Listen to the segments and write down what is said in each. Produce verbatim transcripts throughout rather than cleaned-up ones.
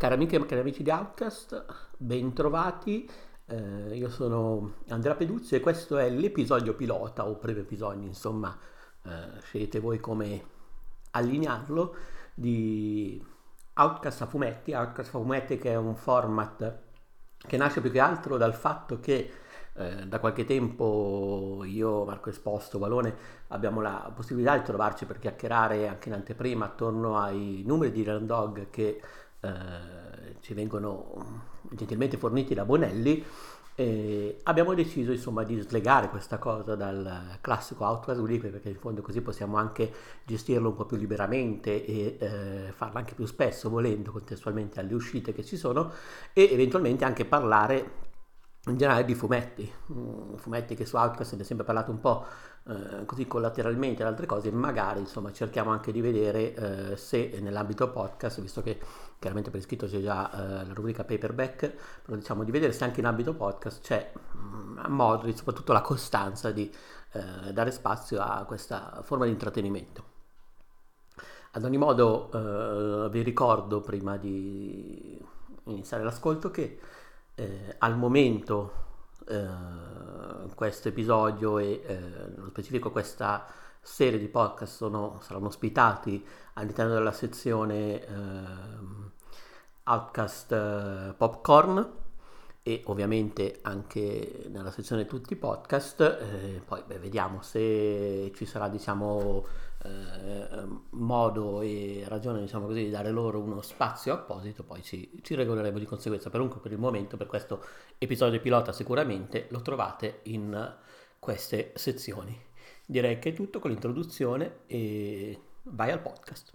Cari amiche e cari amici di Outcast, bentrovati. Eh, io sono Andrea Peduzzi e questo è l'episodio pilota o primo episodio, insomma, eh, scegliete voi come allinearlo, di Outcast a fumetti. Outcast a fumetti che è un format che nasce più che altro dal fatto che eh, da qualche tempo io, Marco Esposto, Valone abbiamo la possibilità di trovarci per chiacchierare anche in anteprima attorno ai numeri di Random Dog che eh, ci vengono gentilmente forniti da Bonelli. E abbiamo deciso insomma di slegare questa cosa dal classico Outcast Weekly, perché in fondo così possiamo anche gestirlo un po' più liberamente e eh, farlo anche più spesso, volendo, contestualmente alle uscite che ci sono, e eventualmente anche parlare in generale di fumetti, mm, fumetti che su Outcast ne è sempre parlato un po' eh, così collateralmente ad altre cose. Magari insomma cerchiamo anche di vedere eh, se nell'ambito podcast, visto che chiaramente per iscritto c'è già eh, la rubrica paperback, però diciamo di vedere se anche in ambito podcast c'è mm, a modo di soprattutto la costanza di eh, dare spazio a questa forma di intrattenimento. Ad ogni modo, eh, vi ricordo prima di iniziare l'ascolto che eh, al momento eh, questo episodio e eh, nello specifico questa serie di podcast sono, saranno ospitati all'interno della sezione eh, Outcast eh, Popcorn, e ovviamente anche nella sezione tutti i podcast. Eh, poi beh, vediamo se ci sarà, diciamo, eh, modo e ragione, diciamo così, di dare loro uno spazio apposito, poi ci, ci regoleremo di conseguenza. Per, un, per il momento, per questo episodio pilota, sicuramente lo trovate in queste sezioni. Direi che è tutto con l'introduzione e vai al podcast.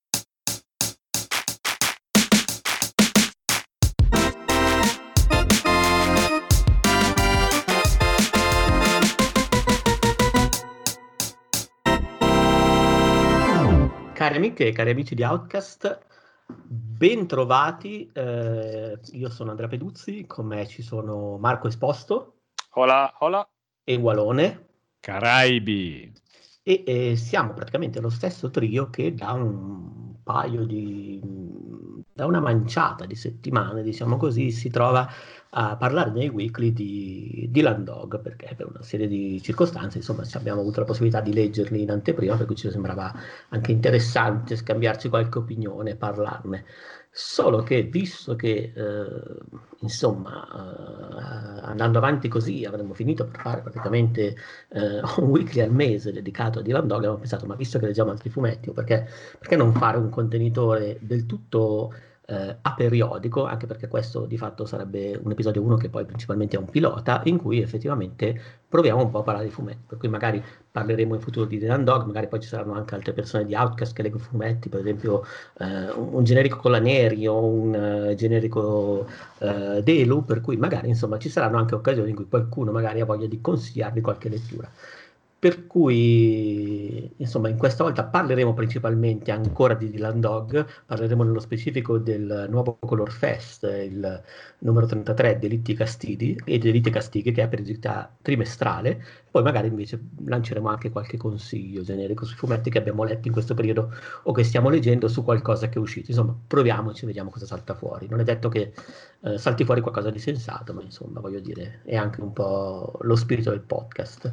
Cari amiche e cari amici di Outcast, ben trovati. Eh, io sono Andrea Peduzzi, con me ci sono Marco Esposto. Hola, hola. E Walone. Caraibi. E eh, siamo praticamente lo stesso trio che da un paio di... da una manciata di settimane, diciamo così, si trova a parlare nei weekly di Dylan Dog, perché per una serie di circostanze, insomma, abbiamo avuto la possibilità di leggerli in anteprima, per cui ci sembrava anche interessante scambiarci qualche opinione, parlarne. Solo che, visto che, eh, insomma, eh, andando avanti così avremmo finito per fare praticamente eh, un weekly al mese dedicato a Dylan Dog, abbiamo pensato, ma visto che leggiamo altri fumetti, perché, perché non fare un contenitore del tutto eh, aperiodico, anche perché questo di fatto sarebbe un episodio uno che poi principalmente è un pilota, in cui effettivamente proviamo un po' a parlare di fumetti, per cui magari parleremo in futuro di Dylan Dog, magari poi ci saranno anche altre persone di Outcast che leggono fumetti, per esempio eh, un, un generico Colaneri o un uh, generico uh, Delu, per cui magari insomma ci saranno anche occasioni in cui qualcuno magari ha voglia di consigliarvi qualche lettura. Per cui, insomma, in questa volta parleremo principalmente ancora di Dylan Dog, parleremo nello specifico del nuovo Color Fest, il numero trentatré, Delitti e Castighi, e Delitti e Castighi, che è per periodicità trimestrale. Poi magari invece lanceremo anche qualche consiglio generico sui fumetti che abbiamo letto in questo periodo o che stiamo leggendo, su qualcosa che è uscito. Insomma, proviamoci, vediamo cosa salta fuori. Non è detto che eh, salti fuori qualcosa di sensato, ma insomma, voglio dire, è anche un po' lo spirito del podcast.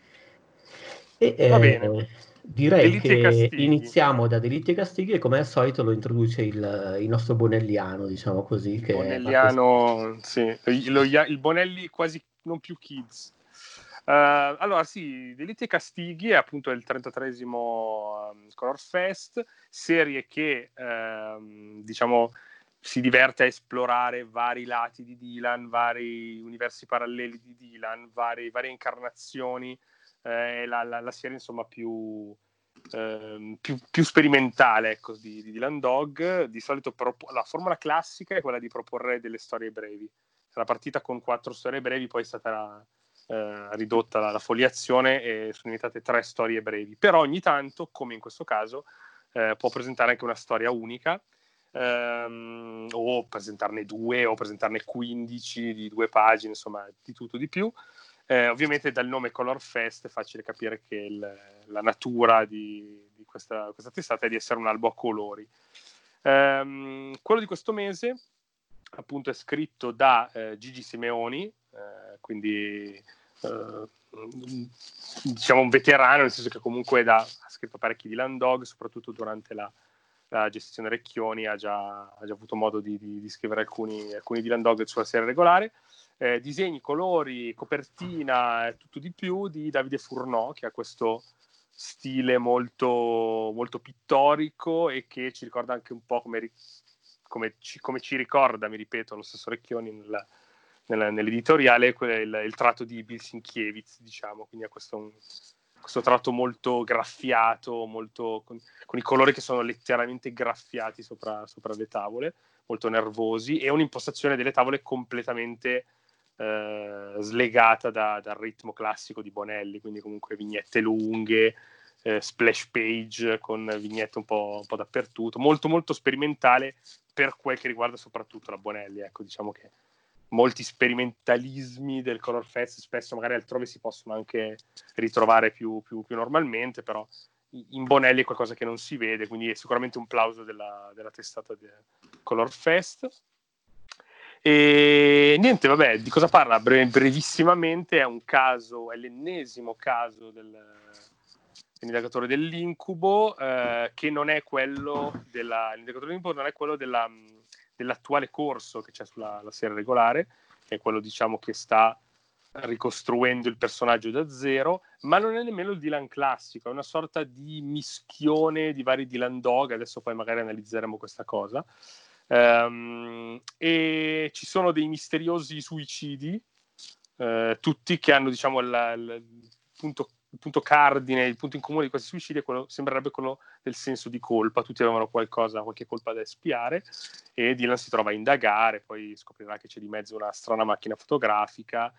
E Va bene. eh, direi Delitti e che castighi. iniziamo da Delitti e Castighi, e come al solito lo introduce il, il nostro Bonelliano, diciamo così, Il che è Marco Esposto. Bonelliano, sì, lo- il Bonelli quasi non più kids. Uh, allora sì, Delitti e Castighi è appunto il trentatreesimo um, Color Fest, serie che um, diciamo si diverte a esplorare vari lati di Dylan, vari universi paralleli di Dylan, vari, varie incarnazioni. Eh, la, la, la serie insomma più, ehm, più, più sperimentale, ecco, di, di Dylan Dog. Di solito propo- la formula classica è quella di proporre delle storie brevi. La partita con quattro storie brevi, poi è stata eh, ridotta la, la foliazione e sono diventate tre storie brevi. Però ogni tanto, come in questo caso, eh, può presentare anche una storia unica, ehm, o presentarne due o presentarne quindici di due pagine, insomma di tutto di più. Eh, ovviamente dal nome Color Fest è facile capire che il, la natura di, di questa, questa testata è di essere un albo a colori. Um, quello di questo mese appunto è scritto da eh, Gigi Simeoni, eh, quindi eh, diciamo un veterano, nel senso che comunque da, ha scritto parecchi Dylan Dog, soprattutto durante la, la gestione Recchioni ha già, ha già avuto modo di, di, di scrivere alcuni, alcuni Dylan Dog sulla serie regolare. Eh, disegni, colori, copertina e tutto di più di Davide Furnò, che ha questo stile molto, molto pittorico e che ci ricorda anche un po' come, come, ci, come ci ricorda, mi ripeto, lo stesso Recchioni nella, nella, nell'editoriale, il, il tratto di Bill Sienkiewicz, diciamo, quindi ha questo, questo tratto molto graffiato, molto, con, con i colori che sono letteralmente graffiati sopra, sopra le tavole, molto nervosi, e un'impostazione delle tavole completamente eh, slegata da, dal ritmo classico di Bonelli, quindi comunque vignette lunghe, eh, splash page con vignette un po', un po' dappertutto, molto molto sperimentale per quel che riguarda soprattutto la Bonelli. Ecco, diciamo che molti sperimentalismi del Color Fest spesso magari altrove si possono anche ritrovare più, più, più normalmente, però in Bonelli è qualcosa che non si vede, quindi è sicuramente un plauso della, della testata del Color Fest. E niente, vabbè, di cosa parla? Bre- brevissimamente è un caso, è l'ennesimo caso del, dell'indagatore dell'incubo, eh, che non è quello della, l'indagatore dell'incubo non è quello della, dell'attuale corso che c'è sulla la serie regolare, che è quello, diciamo, che sta ricostruendo il personaggio da zero, ma non è nemmeno il Dylan classico, è una sorta di mischione di vari Dylan Dog. Adesso poi magari analizzeremo questa cosa. Um, e ci sono dei misteriosi suicidi, uh, tutti che hanno, diciamo, la, la, il, punto, il punto cardine, il punto in comune di questi suicidi è quello, sembrerebbe quello del senso di colpa. Tutti avevano qualcosa, qualche colpa da espiare, e Dylan si trova a indagare, poi scoprirà che c'è di mezzo una strana macchina fotografica,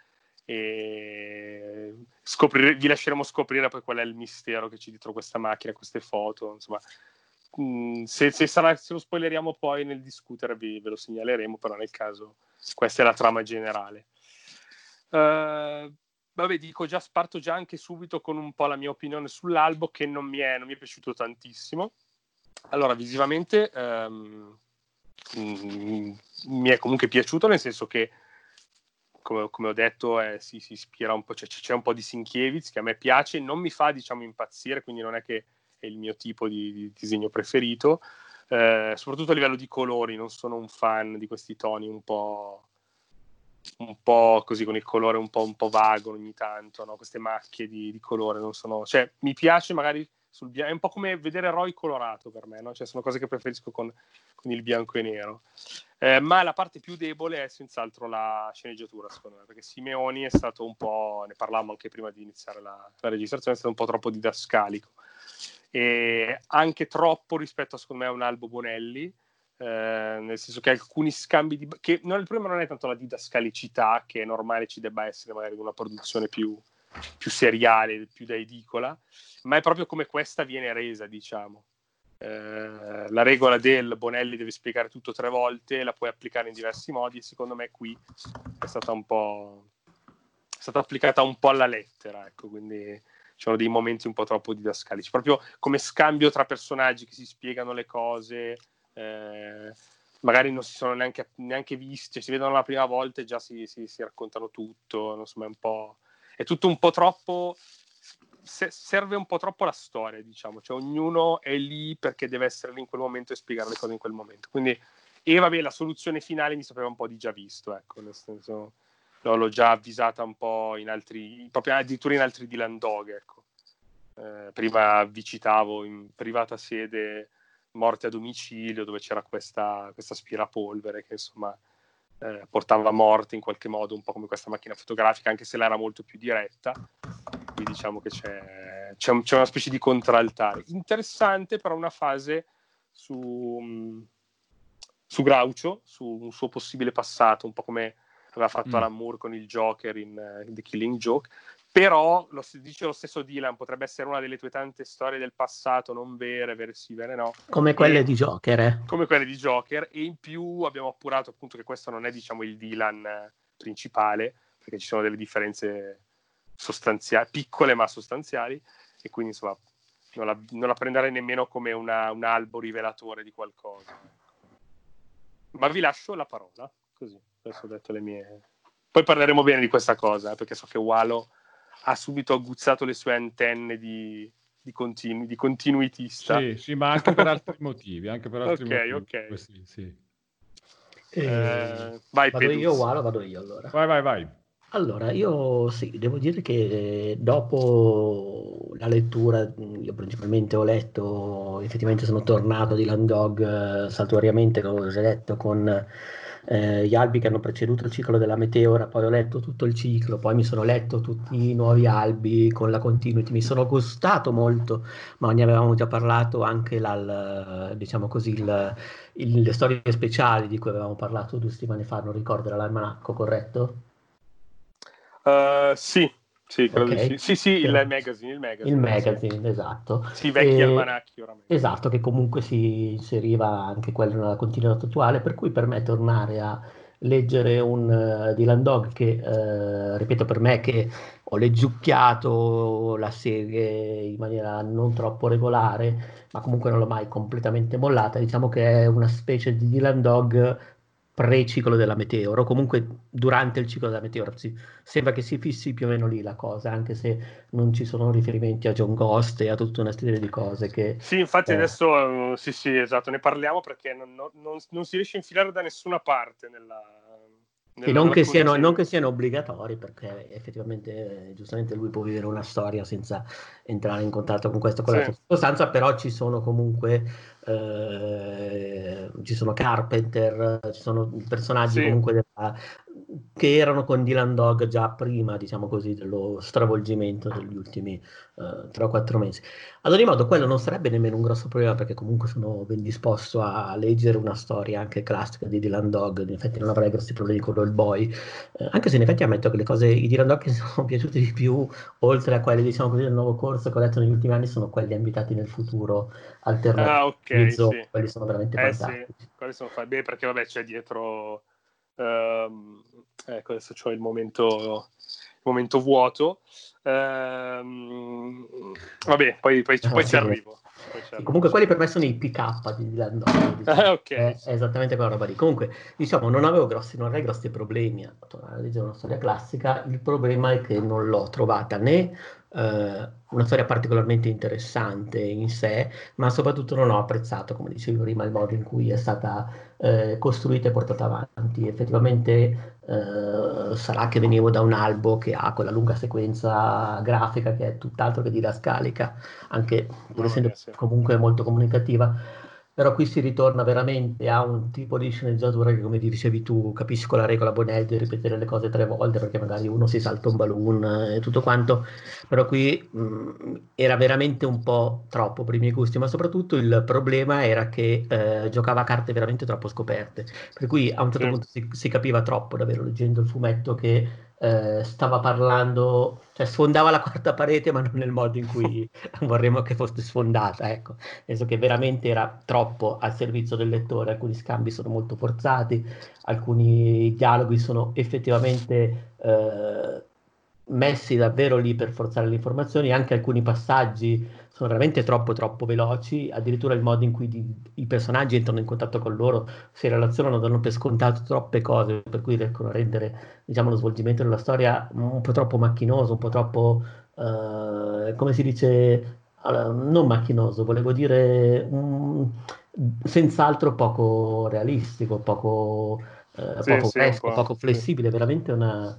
e scoprire, vi lasceremo scoprire poi qual è il mistero che c'è dietro questa macchina, queste foto, insomma. Se, se, sarà, se lo spoileriamo poi nel discutere vi, ve lo segnaleremo, però nel caso questa è la trama generale. Uh, vabbè, dico già, parto già anche subito con un po' la mia opinione sull'albo, che non mi è, non mi è piaciuto tantissimo. Allora, visivamente um, mm, mi è comunque piaciuto, nel senso che come, come ho detto eh, si, si ispira un po', cioè, c'è un po' di Sienkiewicz che a me piace, non mi fa, diciamo, impazzire, quindi non è che è il mio tipo di, di disegno preferito, eh, soprattutto a livello di colori. Non sono un fan di questi toni un po' un po' così, con il colore un po', un po' vago ogni tanto, no? Queste macchie di, di colore non sono, cioè mi piace magari sul bianco, è un po' come vedere Roy colorato per me, no? Cioè sono cose che preferisco con, con il bianco e nero, eh, ma la parte più debole è senz'altro la sceneggiatura, secondo me, perché Simeoni è stato un po', ne parlavamo anche prima di iniziare la, la registrazione, è stato un po' troppo didascalico, e anche troppo rispetto a, secondo me, a un Albo Bonelli, eh, nel senso che alcuni scambi di, che non, il problema non è tanto la didascalicità, che è normale ci debba essere magari in una produzione più, più seriale, più da edicola, ma è proprio come questa viene resa, diciamo. Eh, la regola del Bonelli deve spiegare tutto tre volte, la puoi applicare in diversi modi, e secondo me qui è stata un po' è stata applicata un po' alla lettera, ecco, quindi ci sono dei momenti un po' troppo didascalici, proprio come scambio tra personaggi che si spiegano le cose, eh, magari non si sono neanche, neanche visti, cioè si vedono la prima volta e già si, si, si raccontano tutto, insomma, è un po', è tutto un po' troppo, se, serve un po' troppo la storia, diciamo, cioè ognuno è lì perché deve essere lì in quel momento e spiegare le cose in quel momento, quindi, e vabbè, la soluzione finale mi sapeva un po' di già visto, ecco, nel senso, no, l'ho già avvisata un po' in altri, proprio addirittura in altri Dylan Dog, ecco. Eh, prima vi citavo in privata sede Morte a domicilio, dove c'era questa, questa aspirapolvere che, insomma, eh, portava a morte in qualche modo, un po' come questa macchina fotografica, anche se lei era molto più diretta. Quindi diciamo che c'è, c'è, un, c'è una specie di contraltare interessante, però una fase su, su Groucho, su un suo possibile passato, un po' come aveva fatto mm. Alan Moore con il Joker in, uh, in The Killing Joke. Però lo dice lo stesso Dylan, potrebbe essere una delle tue tante storie del passato non vere, vere sì, vere no, come quelle e, di Joker, eh. come quelle di Joker, e in più abbiamo appurato appunto che questo non è, diciamo, il Dylan principale, perché ci sono delle differenze sostanziali, piccole ma sostanziali, e quindi insomma non la, non la prenderei nemmeno come una, un albo rivelatore di qualcosa. Ma vi lascio la parola, così, adesso ho detto le mie... Poi parleremo bene di questa cosa, eh, perché so che Walo ha subito aguzzato le sue antenne di, di, continu, di continuitista. Sì, sì, ma anche per altri motivi, anche per altri ok, motivi. ok. Questi, sì. Eh, vai, vado Peduz. io, Walo, vado io allora. Vai, vai, vai. Allora, io sì, devo dire che dopo la lettura, io principalmente ho letto, effettivamente sono tornato di Land Dog eh, saltuariamente, come ho già detto, con eh, gli albi che hanno preceduto il ciclo della Meteora, poi ho letto tutto il ciclo, poi mi sono letto tutti i nuovi albi con la continuity, mi sono gustato molto, ma ne avevamo già parlato anche, la, diciamo così, il, il, le storie speciali di cui avevamo parlato due settimane fa, non ricordo, era l'almanacco, corretto? Uh, sì, sì, credo Ok, di sì. Sì, sì, il che- magazine, il magazine. il magazine, esatto. Sì, vecchi E- almanacchi oramai. esatto, che comunque si inseriva anche quello nella continuità attuale, per cui per me tornare a leggere un uh, Dylan Dog che, eh, ripeto, per me che ho leggiucchiato la serie in maniera non troppo regolare, ma comunque non l'ho mai completamente mollata, diciamo che è una specie di Dylan Dog pre-ciclo della Meteora, o comunque durante il ciclo della Meteora, sì, sembra che si fissi più o meno lì la cosa, anche se non ci sono riferimenti a John Ghost e a tutta una serie di cose che... Sì, infatti eh, adesso, uh, sì, sì, esatto, ne parliamo perché non, non, non, non si riesce a infilare da nessuna parte nella... Sì, nella, non nella che siano, non continuity. che siano obbligatori, perché effettivamente, eh, giustamente, lui può vivere una storia senza entrare in contatto con questa o Sì, quell'altra circostanza, però ci sono comunque, eh, ci sono Carpenter, ci sono personaggi sì, comunque della- che erano con Dylan Dog già prima, diciamo così, dello stravolgimento degli ultimi eh, tre o quattro mesi. Ad ogni modo, quello non sarebbe nemmeno un grosso problema, perché comunque sono ben disposto a leggere una storia anche classica di Dylan Dog, in effetti non avrei grossi problemi con Roll Boy, eh, anche se in effetti ammetto che le cose, i Dylan Dog che mi sono piaciuti di più, oltre a quelli diciamo così del nuovo corso che ho letto negli ultimi anni, sono quelli ambientati nel futuro ah, alternativo, ok, sì. quelli sono veramente Eh sì, fantastici. quelli sono fatti bene perché vabbè c'è dietro, ehm, ecco adesso c'ho il momento, il momento vuoto. Ehm, vabbè, poi, poi, Ah, poi ci sì. arrivo. Poi ci Sì, arrivo, comunque ci quelli per arrivo. me sono i pick up di Dylan Dog, diciamo. Ah, ok, È, è sì. esattamente quella roba lì. Comunque, diciamo, non avevo grossi, non avrei grossi problemi a tornare a leggere una storia classica. Il problema è che non l'ho trovata né eh, una storia particolarmente interessante in sé, ma soprattutto non ho apprezzato, come dicevi prima, il modo in cui è stata eh, costruita e portata avanti. Effettivamente eh, sarà che venivo da un albo che ha quella lunga sequenza grafica che è tutt'altro che didascalica, anche pur Mamma essendo mia, sì. comunque molto comunicativa. Però qui si ritorna veramente a un tipo di sceneggiatura che, come dicevi tu, capisco la regola Bonelli di ripetere le cose tre volte perché magari uno si salta un balloon e tutto quanto, però qui mh, era veramente un po' troppo per i miei gusti, ma soprattutto il problema era che eh, giocava a carte veramente troppo scoperte, per cui a un certo Sì. punto si, si capiva troppo davvero leggendo il fumetto che eh, stava parlando, cioè sfondava la quarta parete, ma non nel modo in cui vorremmo che fosse sfondata, ecco, nel senso che veramente era troppo al servizio del lettore, alcuni scambi sono molto forzati, alcuni dialoghi sono effettivamente eh, messi davvero lì per forzare le informazioni, anche alcuni passaggi sono veramente troppo troppo veloci, addirittura il modo in cui di- i personaggi entrano in contatto con loro, si relazionano, danno per scontato troppe cose, per cui riescono a rendere, diciamo, lo svolgimento della storia un po' troppo macchinoso, un po' troppo, eh, come si dice, allora, non macchinoso, volevo dire mm, senz'altro poco realistico, poco, eh, Sì, poco sì, un fresco, po'. poco Sì. flessibile, veramente una,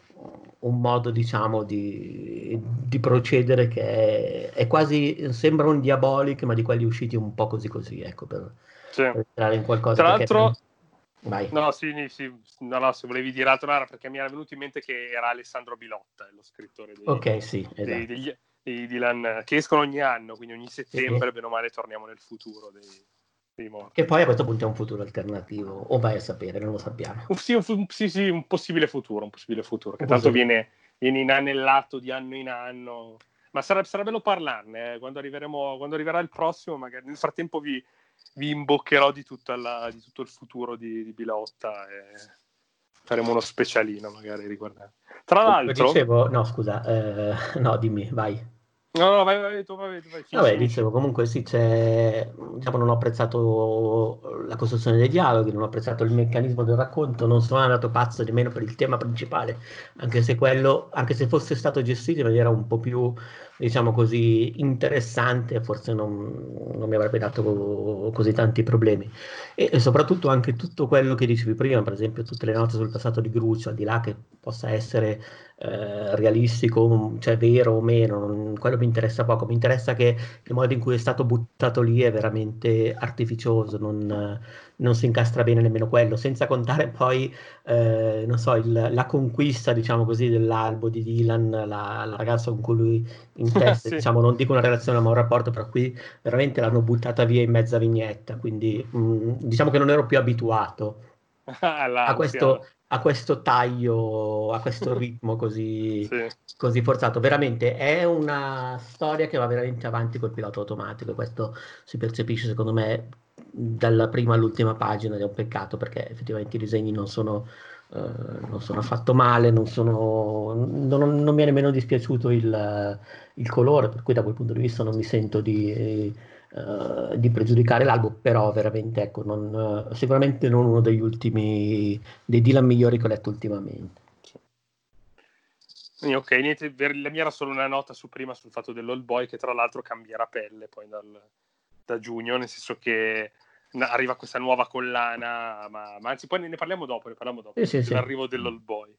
un modo, diciamo, di, di procedere che è, è quasi, sembra un diabolic, ma di quelli usciti un po' così così, ecco, per, Sì. per entrare in qualcosa, Tra perché... l'altro, Vai. no, sì, sì, sì, no, no, se volevi dire altro, no, era perché mi era venuto in mente che era Alessandro Bilotta, lo scrittore dei, Ok, sì, dei, esatto. degli, dei Dylan, che escono ogni anno, quindi ogni Sì. settembre, bene o male, torniamo nel futuro dei, dei Che morti. poi a questo punto è un futuro alternativo, o vai a sapere, non lo sappiamo. Un, sì, un, fu- sì, sì, un possibile futuro, un possibile futuro, che Un tanto possibile. viene, viene inanellato di anno in anno. Ma sarebbe, sarà bello parlarne, eh, quando arriveremo, quando arriverà il prossimo, magari nel frattempo vi, vi imboccherò di, tutta la, di tutto il futuro di, di Bilotta e faremo uno specialino magari riguardante. Tra Comunque l'altro, dicevo, no, scusa, eh, no, dimmi, vai. No, no, vai, vai, tu, vai, vai, finisci, Vabbè, finisci. dicevo, comunque sì, c'è, diciamo, non ho apprezzato la costruzione dei dialoghi, non ho apprezzato il meccanismo del racconto, non sono andato pazzo nemmeno per il tema principale, anche se quello, anche se fosse stato gestito in maniera un po' più, diciamo così, interessante, forse non, non mi avrebbe dato co- così tanti problemi. E, e soprattutto anche tutto quello che dicevi prima, per esempio, tutte le note sul passato di Gruccio, al di là che possa essere eh, realistico, cioè vero o meno, non- quello mi interessa poco, mi interessa che il modo in cui è stato buttato lì è veramente artificioso, non, non si incastra bene nemmeno quello, senza contare poi, eh, non so, il- la conquista, diciamo così, dell'albo di Dylan, la, la ragazza con cui lui intesse, Sì. diciamo, non dico una relazione ma un rapporto, però qui veramente l'hanno buttata via in mezza vignetta, quindi mh, diciamo che non ero più abituato a All'ansia. questo, a questo taglio, a questo ritmo così, Sì. così forzato. Veramente è una storia che va veramente avanti col pilota automatico. Questo si percepisce, secondo me, dalla prima all'ultima pagina ed è un peccato perché effettivamente i disegni non sono, eh, non sono affatto male, non, sono, non, non mi è nemmeno dispiaciuto il, il colore, per cui da quel punto di vista non mi sento di, eh, di pregiudicare l'album, però veramente ecco, non, eh, sicuramente non uno degli ultimi, dei Dylan migliori che ho letto ultimamente. Quindi, ok, niente, ver- la mia era solo una nota su prima sul fatto dell'Old Boy che tra l'altro cambierà pelle poi dal- da giugno, nel senso che na- arriva questa nuova collana, ma, ma anzi poi ne ne parliamo dopo, ne parliamo dopo, Sì, sì, sì. dell'arrivo dell'Old Boy.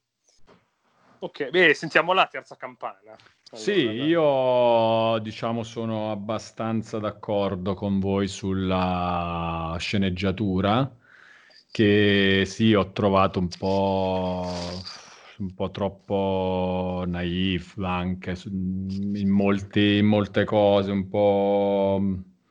Ok, beh, sentiamo la terza campana. Sì, Allora, dai. io diciamo sono abbastanza d'accordo con voi sulla sceneggiatura, che sì, ho trovato un po', un po' troppo naif anche su- in molti- in molte cose, un po'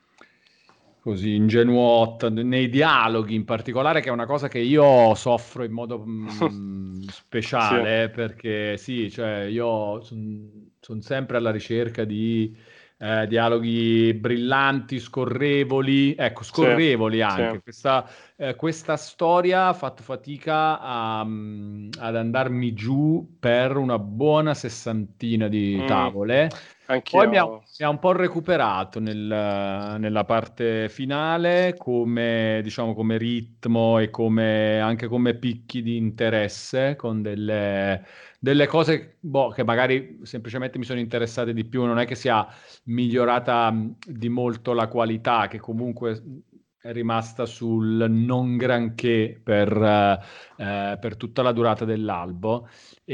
così ingenuotta, nei dialoghi in particolare, che è una cosa che io soffro in modo mm, Sì, speciale, perché sì, cioè io sono sempre alla ricerca di eh, dialoghi brillanti, scorrevoli, ecco, sì, scorrevoli sì. anche. Questa, eh, questa storia ha fatto fatica a, mm, ad andarmi giù per una buona sessantina di Mm, tavole. Poi mi ha, anch'io. mi ha un po' recuperato nel- nella parte finale come, diciamo, come ritmo e come, anche come picchi di interesse con delle, delle cose boh, che magari semplicemente mi sono interessate di più. Non è che sia migliorata mh, di molto la qualità, che comunque è rimasta sul non granché per, eh, eh, per tutta la durata dell'albo.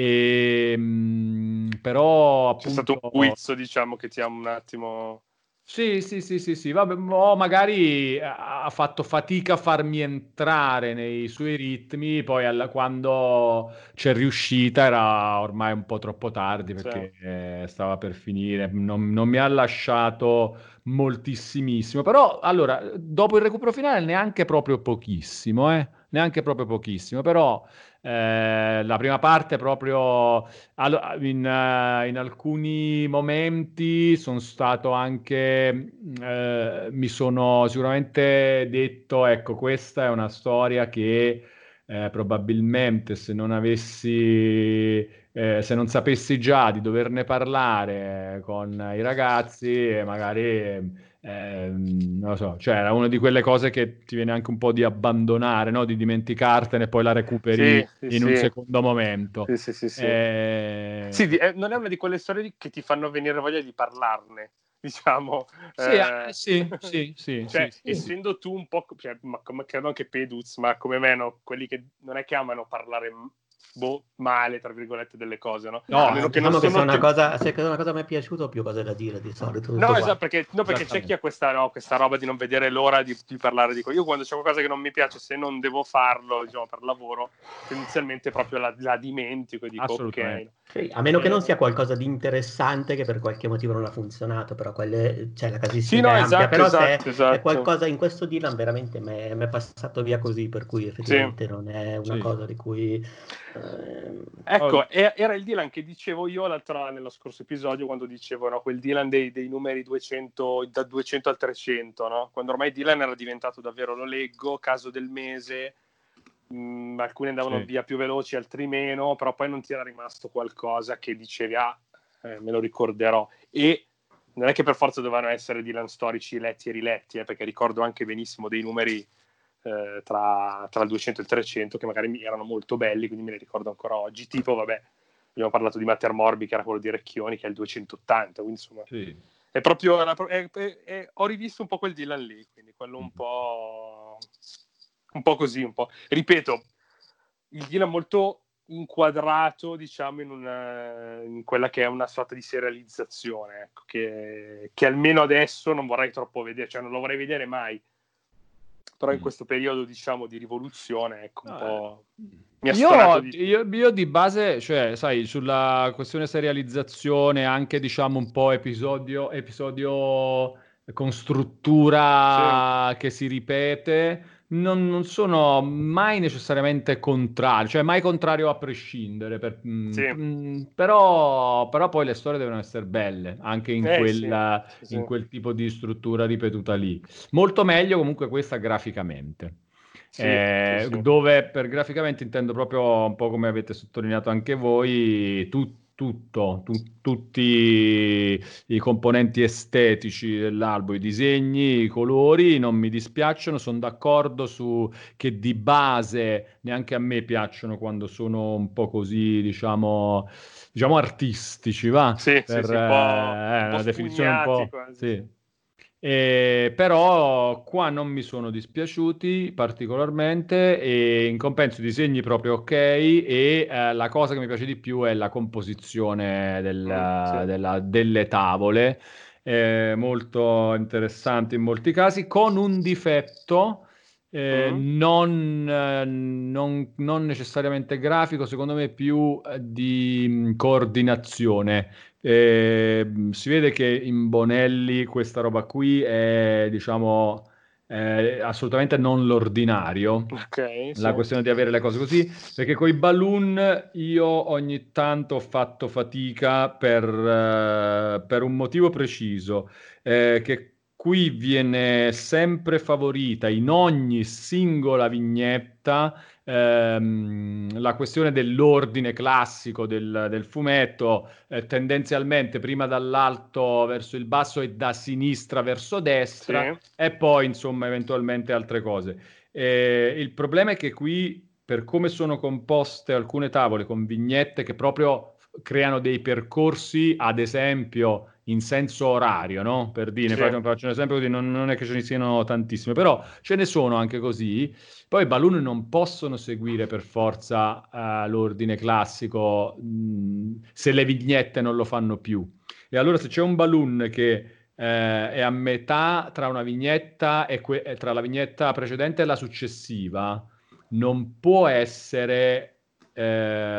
E, mh, però C'è stato un appunto guizzo, diciamo, che ti ha un attimo... sì, sì, sì, sì, sì, vabbè, mo magari ha ha fatto fatica a farmi entrare nei suoi ritmi, poi alla- quando c'è riuscita era ormai un po' troppo tardi Cioè, perché eh, stava per finire, non, non mi ha lasciato moltissimissimo, però allora, dopo il recupero finale neanche proprio pochissimo, eh? Neanche proprio pochissimo, però eh, la prima parte proprio allo- in, eh, in alcuni momenti sono stato anche, eh, mi sono sicuramente detto, ecco, questa è una storia che eh, probabilmente se non avessi, eh, se non sapessi già di doverne parlare con i ragazzi, eh, magari Ehm, non lo so, cioè era una di quelle cose che ti viene anche un po' di abbandonare, no? Di dimenticartene e poi la recuperi sì, sì, in un sì, secondo momento. sì, sì, sì, sì. Sì, Eh, di- eh, non è una di quelle storie di- che ti fanno venire voglia di parlarne, diciamo. sì, eh, Eh, sì, sì, sì, sì, cioè, sì, sì. essendo tu un po', cioè, ma come, credo anche Peduz, ma come me, no? Quelli che non è che amano parlare boh, male, tra virgolette, delle cose, no? A No, Ma meno che non diciamo che se sono... una te- cosa, se una cosa mi è piaciuta ho più cose da dire di solito, tutto No, qua. esatto, perché, no, perché c'è chi esattamente. ha questa, no, questa roba di non vedere l'ora di, di parlare di quello. Io quando c'è qualcosa che non mi piace, se non devo farlo, diciamo, per lavoro, tendenzialmente proprio la, la dimentico e dico Assolutamente. ok. Sì, a meno che non sia Eh, qualcosa di interessante che per qualche motivo non ha funzionato, però quelle, cioè, la sì, casistica no, è ampia, esatto, però se esatto, è esatto. qualcosa in questo Dylan veramente mi è mi è passato via così, per cui Sì. effettivamente non è una Sì. cosa di cui... ehm, Oh, Ecco, e- era il Dylan che dicevo io l'altra, nello scorso episodio quando dicevo no, quel Dylan dei, dei numeri duecento, da duecento al trecento, no? Quando ormai Dylan era diventato davvero, lo leggo, caso del mese, mh, alcuni andavano sì. via più veloci, altri meno, però poi non ti era rimasto qualcosa che dicevi, ah, eh, me lo ricorderò. E non è che per forza dovevano essere Dylan storici letti e riletti, eh, perché ricordo anche benissimo dei numeri eh, tra, tra il duecento e il trecento che magari erano molto belli, quindi me li ricordo ancora oggi, tipo vabbè, abbiamo parlato di Mater Morbi che era quello di Recchioni, che è il duecentottanta, quindi insomma Sì. è proprio è, è, è, ho rivisto un po' quel Dylan lì, quindi quello un po' un po' così, un po', ripeto, il Dylan molto inquadrato, diciamo, in, una, in quella che è una sorta di serializzazione, ecco, che, che almeno adesso non vorrei troppo vedere, cioè non lo vorrei vedere mai, però in questo periodo, diciamo, di rivoluzione, ecco, un No, po' mi ha io, stonato di... io, io di base, cioè, sai, sulla questione serializzazione, anche diciamo un po' episodio, episodio con struttura Sì. che si ripete, non, non sono mai necessariamente contrario, cioè mai contrario a prescindere, per- mh, Sì. mh, però, però poi le storie devono essere belle, anche in, Eh, quella- sì, sì, in sì. quel tipo di struttura ripetuta lì. Molto meglio comunque questa graficamente. Sì, sì, Eh, sì. dove per graficamente intendo proprio un po' come avete sottolineato anche voi, tu- tutto, tu- tutti i componenti estetici dell'album, i disegni, i colori non mi dispiacciono, sono d'accordo su che di base neanche a me piacciono quando sono un po' così, diciamo, diciamo artistici, va? Sì, sì, Per sì, un po', eh, un po' una definizione un spugnati po'... quasi, sì. Sì. Eh, però qua non mi sono dispiaciuti particolarmente e in compenso i disegni proprio ok e eh, la cosa che mi piace di più è la composizione Mm, sì. del- della- delle tavole, eh, molto interessante in molti casi, con un difetto eh, Mm. non, eh, non- non necessariamente grafico, secondo me più eh, di mh, coordinazione. Eh, si vede che in Bonelli questa roba qui è, diciamo, eh, assolutamente non l'ordinario. Ok, sì. La questione di avere le cose così, perché con i balloon io ogni tanto ho fatto fatica per, eh, per un motivo preciso, eh, che qui viene sempre favorita in ogni singola vignetta ehm, la questione dell'ordine classico del, del fumetto, eh, tendenzialmente prima dall'alto verso il basso e da sinistra verso Sì. destra, e poi insomma eventualmente altre cose. Eh, il problema è che qui, per come sono composte alcune tavole con vignette che proprio creano dei percorsi, ad esempio in senso orario, no? Per dire, Sì. faccio, faccio un esempio così, non, non è che ce ne siano tantissime, però ce ne sono anche così. Poi i balloon non possono seguire per forza eh, l'ordine classico mh, se le vignette non lo fanno più. E allora se c'è un balloon che eh, è a metà tra una vignetta e que- e tra la vignetta precedente e la successiva, non può essere eh,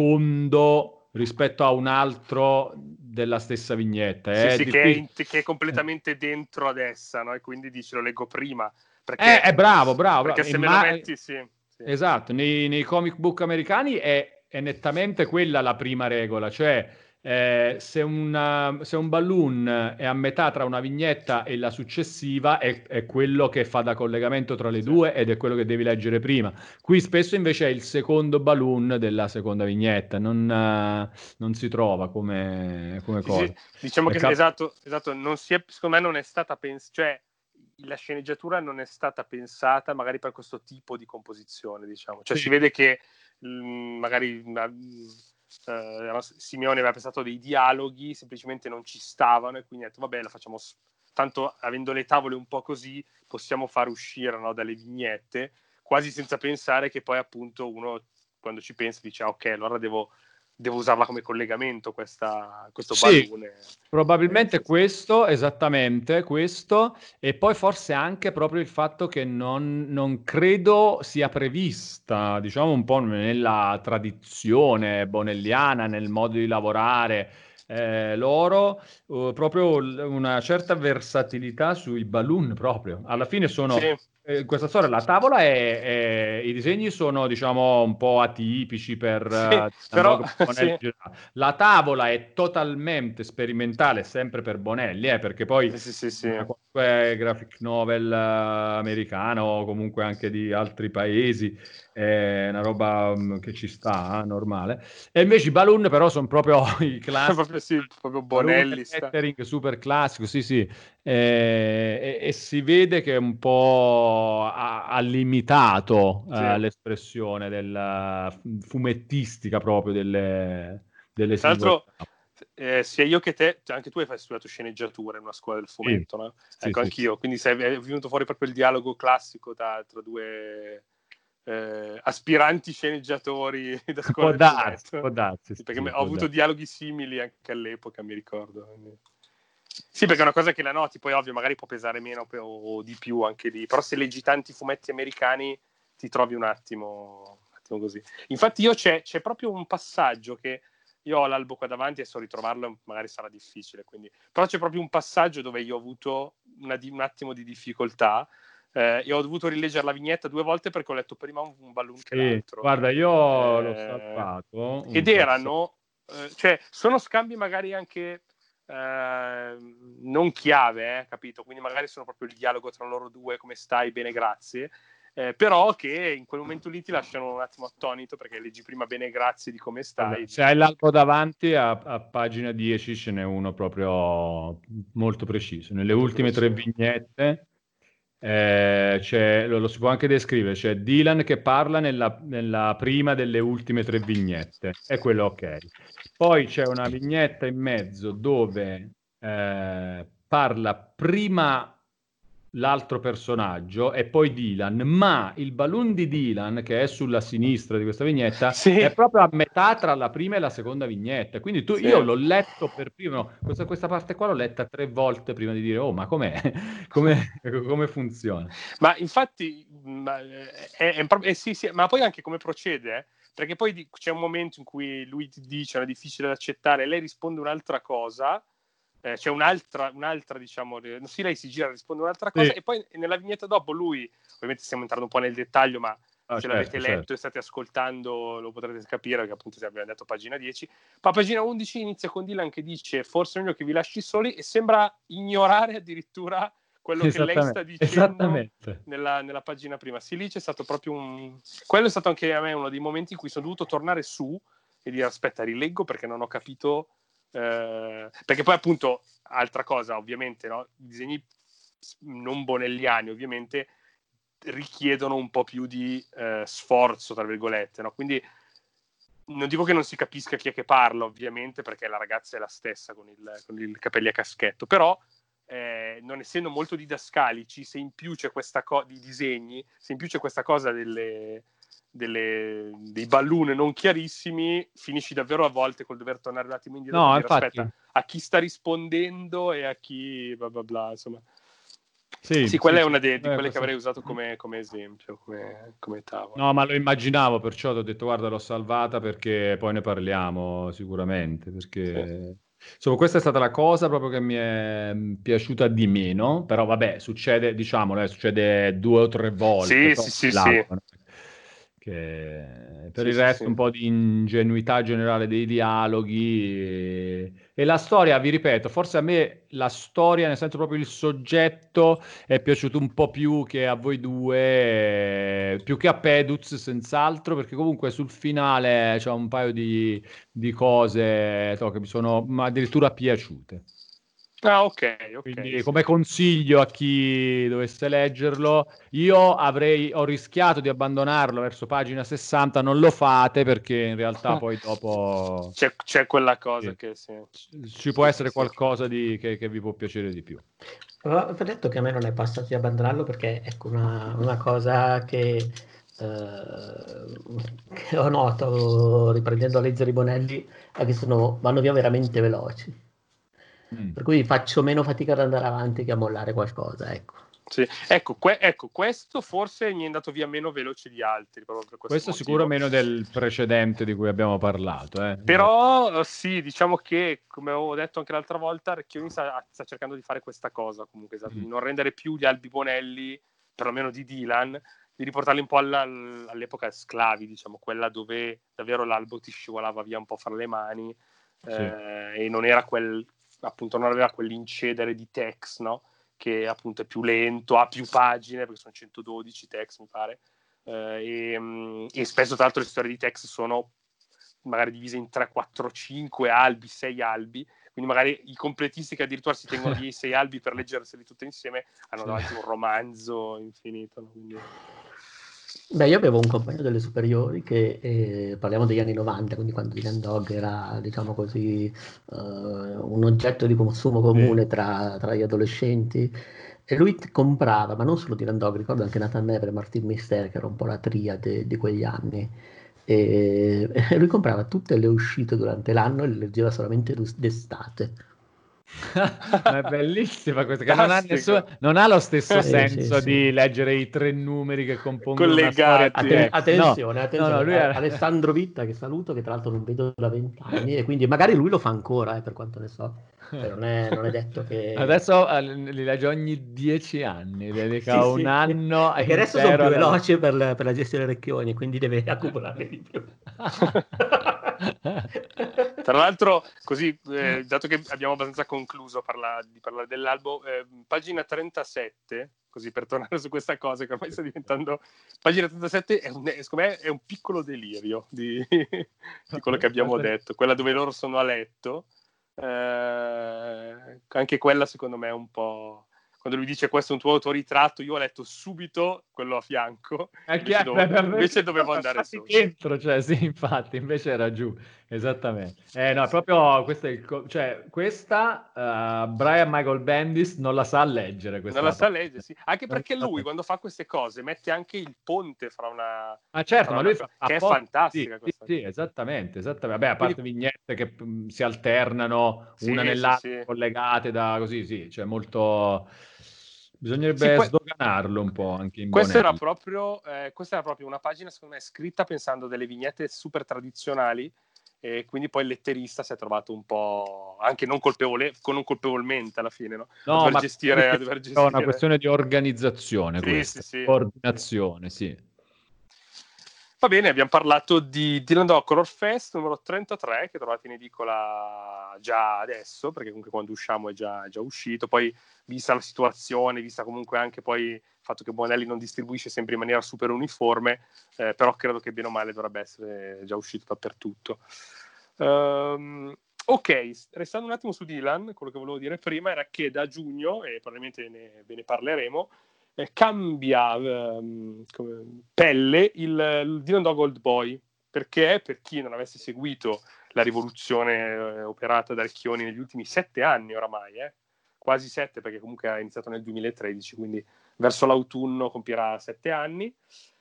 secondo rispetto a un altro della stessa vignetta. Sì, È sì, che è, difficile. in- che è completamente dentro ad essa, no? E quindi dici lo leggo prima, Eh, perché, è bravo, bravo, perché bravo. se me lo Imma- metti, sì, sì, esatto, nei, nei comic book americani è, è nettamente quella la prima regola, cioè eh, se, una- se un balloon è a metà tra una vignetta e la successiva è, è quello che fa da collegamento tra le sì. due ed è quello che devi leggere prima. Qui spesso invece è il secondo balloon della seconda vignetta, non, eh, non si trova come, come Sì, sì, cosa. diciamo È che cap- esatto, esatto, non si è, secondo me non è stata pensata, cioè la sceneggiatura non è stata pensata magari per questo tipo di composizione, diciamo. Cioè sì. si vede che mh, magari mh, eh, Simeone aveva pensato dei dialoghi, semplicemente non ci stavano e quindi ha detto vabbè, la facciamo, s- tanto avendo le tavole un po' così possiamo far uscire, no, dalle vignette, quasi senza pensare che poi appunto uno quando ci pensa dice ah, ok, allora devo devo usarla come collegamento questa, questo Sì, balloon. Eh, probabilmente sì, sì. questo, esattamente questo, e poi forse anche proprio il fatto che non, non credo sia prevista, diciamo un po' nella tradizione bonelliana, nel modo di lavorare eh, loro, eh, proprio l- una certa versatilità sui balloon proprio. Alla fine Sì, sono eh, questa storia, la tavola è, è- i disegni sono, diciamo, un po' atipici per sì, eh, Dylan però Dog, Bonelli sì, in generale. La tavola è totalmente sperimentale, sempre per Bonelli, eh, perché poi sì, sì, sì, sì. una qualunque graphic novel eh, americana o comunque anche di altri paesi, è una roba um, che ci sta, normale. E invece i Balloon però sono proprio i classici. proprio, sì, proprio Balloon Bonelli. e Sta. lettering super classico, sì sì. E, e- e si vede che è un po' ha, ha limitato Sì. eh, l'espressione della fumettistica proprio delle, delle Tra singole. l'altro, eh, sia io che te, cioè anche tu hai studiato sceneggiatura in una scuola del Sì, fumetto, no? sì, Ecco, sì. anch'io. Quindi sei, è venuto fuori proprio il dialogo classico tra, tra due eh, aspiranti sceneggiatori da scuola Può del darsi, fumetto. può darsi, Sì, sì, perché sì, ho può avuto darsi. dialoghi simili anche all'epoca, mi ricordo. Quindi... Sì, perché è una cosa che la noti, poi ovvio, magari può pesare meno o di più anche lì, però se leggi tanti fumetti americani ti trovi un attimo, un attimo così. Infatti io c'è, c'è proprio un passaggio che io ho l'albo qua davanti e so ritrovarlo, magari sarà difficile, quindi... però c'è proprio un passaggio dove io ho avuto una di, un attimo di difficoltà eh, e ho dovuto rileggere la vignetta due volte perché ho letto prima un, un balloon che Sì, l'altro. guarda, io l'ho Eh, salvato ed un passaggio. erano, eh, cioè, sono scambi magari anche eh, non chiave, eh, capito? Quindi magari sono proprio il dialogo tra loro due, come stai, bene, grazie. Eh, però che in quel momento lì ti lasciano un attimo attonito perché leggi prima bene grazie di come Guarda, stai. se hai l'albo davanti, a, a pagina dieci ce n'è uno proprio molto preciso. Nelle Molto ultime tre preciso. vignette eh, c'è, lo, lo si può anche descrivere, c'è Dylan che parla nella, nella prima delle ultime tre vignette, è quello ok. Poi c'è una vignetta in mezzo dove eh, parla prima l'altro personaggio e poi Dylan, ma il balloon di Dylan, che è sulla sinistra di questa vignetta, Sì, è proprio a metà tra la prima e la seconda vignetta. Quindi tu, io sì. l'ho letto per prima, no, questa, questa parte qua l'ho letta tre volte prima di dire, oh, ma com'è? Come, come funziona? Ma infatti, ma, eh, è, è proprio- eh, sì, sì, ma poi anche come procede, eh? Perché poi di- c'è un momento in cui lui ti dice è difficile da accettare, e lei risponde un'altra cosa, eh, c'è un'altra, un'altra, diciamo, eh, sì, lei si gira, risponde un'altra cosa, Sì, e poi nella vignetta dopo lui, ovviamente stiamo entrando un po' nel dettaglio, ma ah, se l'avete certo, certo. letto e state ascoltando lo potrete capire, perché appunto se abbiamo detto pagina dieci, ma a pagina undici inizia con Dylan che dice forse è meglio che vi lasci soli, e sembra ignorare addirittura quello che lei sta Esattamente, dicendo esattamente. nella, nella pagina prima. Sì, lì c'è stato proprio un... Quello è stato anche a me uno dei momenti in cui sono dovuto tornare su e dire aspetta, rileggo perché non ho capito... Eh... Perché poi appunto, altra cosa, ovviamente, no? I disegni non bonelliani, ovviamente, richiedono un po' più di eh, sforzo, tra virgolette, no? Quindi non dico che non si capisca chi è che parla, ovviamente, perché la ragazza è la stessa con il, con il capelli a caschetto, però eh, non essendo molto didascalici, se in più c'è questa cosa di disegni, se in più c'è questa cosa delle, delle, dei balloon non chiarissimi, finisci davvero a volte col dover tornare un attimo indietro per No, dire infatti, aspetta, a chi sta rispondendo e a chi bla bla bla, insomma. sì, Sì, sì, quella è sì. una de- di Eh, quelle che questo- avrei usato come, come esempio, come, come tavola. No, ma lo immaginavo, perciò ti ho detto, guarda, l'ho salvata perché poi ne parliamo sicuramente, Sì, perché insomma, questa è stata la cosa proprio che mi è mm, piaciuta di meno, però vabbè, succede, diciamolo, eh, succede due o tre volte, sì, sì, poi sì, sì. l'altro, no? Che per Sì, il sì, resto sì. un po' di ingenuità generale dei dialoghi e, e la storia, vi ripeto, forse a me la storia, nel senso proprio il soggetto è piaciuto un po' più che a voi due, eh, più che a Peduz, senz'altro, perché comunque sul finale c'è un paio di, di cose so, che mi sono ma addirittura piaciute. Ah, ok, ok, Quindi, sì. come consiglio a chi dovesse leggerlo, io avrei, ho rischiato di abbandonarlo verso pagina sessanta, non lo fate perché in realtà poi dopo C'è, c'è quella cosa sì, che sì. ci può Sì, sì, essere sì. qualcosa di, che, che vi può piacere di più. Ho ho detto che a me non è passato di abbandonarlo perché ecco una, una cosa che, eh, che ho notato riprendendo a leggere i Bonelli è che sono, vanno via veramente veloci. Mm. Per cui faccio meno fatica ad andare avanti che a mollare qualcosa, ecco. Sì. Ecco, que- ecco, questo forse mi è andato via meno veloce di altri, proprio per questo Questo sicuro motivo. meno del precedente di cui abbiamo parlato, eh. Eh, Però sì, diciamo che, come avevo detto anche l'altra volta, Recchioni sta, sta cercando di fare questa cosa, comunque, esatto, mm, di non rendere più gli albi Bonelli, perlomeno di Dylan, di riportarli un po' alla- all'epoca sclavi, diciamo, quella dove davvero l'albo ti scivolava via un po' fra le mani sì. eh, e non era quel, appunto, non aveva quell'incedere di text, no? Che appunto è più lento, ha più pagine, perché sono centododici text, mi pare, eh, e, mh, e spesso tra l'altro le storie di Tex sono magari divise in tre, quattro, cinque albi, sei albi, quindi magari i completisti che addirittura si tengono via i sei albi per leggerseli tutte insieme hanno davanti un romanzo infinito, no? Quindi... Beh, io avevo un compagno delle superiori che, eh, parliamo degli anni novanta, quindi quando Dylan Dog era, diciamo così, eh, un oggetto di consumo comune Sì. tra, tra gli adolescenti, e lui t- comprava, ma non solo Dylan Dog, ricordo anche Nathan Never e Martin Mister, che era un po' la triade di quegli anni, e, e lui comprava tutte le uscite durante l'anno e le leggeva solamente d'us- d'estate. Ma è bellissima questa, che non ha, nessuno, Fantastico. non ha lo stesso Sì, sì, senso sì. di leggere i tre numeri che compongono una storia di Collegati. Atten- Tex. No, attenzione, no, no, attenzione, lui A- era... Alessandro Vitta che saluto, che tra l'altro non vedo da vent'anni e quindi magari lui lo fa ancora, eh, per quanto ne so, cioè non è, non è detto che... Adesso eh, li legge ogni dieci anni, Sì, dedica un sì, anno è che adesso sono intero più alla lettura. veloci per, la- per la gestione dei recchioni, quindi deve accumularne di più. Tra l'altro, così, eh, dato che abbiamo abbastanza concluso parla- di parlare dell'albo, eh, pagina trentasette, così per tornare su questa cosa che ormai sta diventando... Pagina trentasette è un, è, secondo me è un piccolo delirio di, di quello che abbiamo detto, quella dove loro sono a letto. Eh, anche quella secondo me è un po'... Quando lui dice questo è un tuo autoritratto, io ho letto subito quello a fianco, invece, dovevo, invece dovevo andare su. Dentro, cioè, sì, infatti, invece era giù, esattamente. Eh, no, proprio questa è il co- cioè, questa uh, Brian Michael Bendis non la sa leggere, questa Non la sa parte. leggere, sì. Anche Non perché la sa lui quando fa queste cose mette anche il ponte fra una... Ma certo, fra ma una lui co- fa che è apposta, sì, fantastica sì, questa sì, cosa. esattamente, esattamente. Vabbè, a Quindi, parte vignette che mh, si alternano una sì, sì, nell'altra, sì. collegate da così, sì, cioè molto... Sì, Bisognerebbe que- sdoganarlo un po' anche in questa era Bonelli. proprio, eh, questa era proprio una pagina, secondo me, scritta pensando delle vignette super tradizionali, e quindi poi il letterista si è trovato un po' anche non colpevole, con non colpevolmente alla fine, no? A No, dover ma gestire, a è dover una gestire. questione di organizzazione Sì, sì, questa, sì. coordinazione, sì. Va bene, abbiamo parlato di Dylan Dog Color Fest numero trentatré, che trovate in edicola già adesso, perché comunque quando usciamo è già, è già uscito. Poi, vista la situazione, vista comunque anche poi il fatto che Bonelli non distribuisce sempre in maniera super uniforme, eh, però credo che bene o male dovrebbe essere già uscito dappertutto. Um, ok, restando un attimo su Dylan, quello che volevo dire prima era che da giugno, e probabilmente ne, ve ne parleremo, eh, cambia um, come, pelle il, il Dylan Dog Old Boy, perché per chi non avesse seguito la rivoluzione eh, operata da Recchioni negli ultimi sette anni oramai, eh, quasi sette perché comunque ha iniziato nel duemilatredici, quindi verso l'autunno compierà sette anni.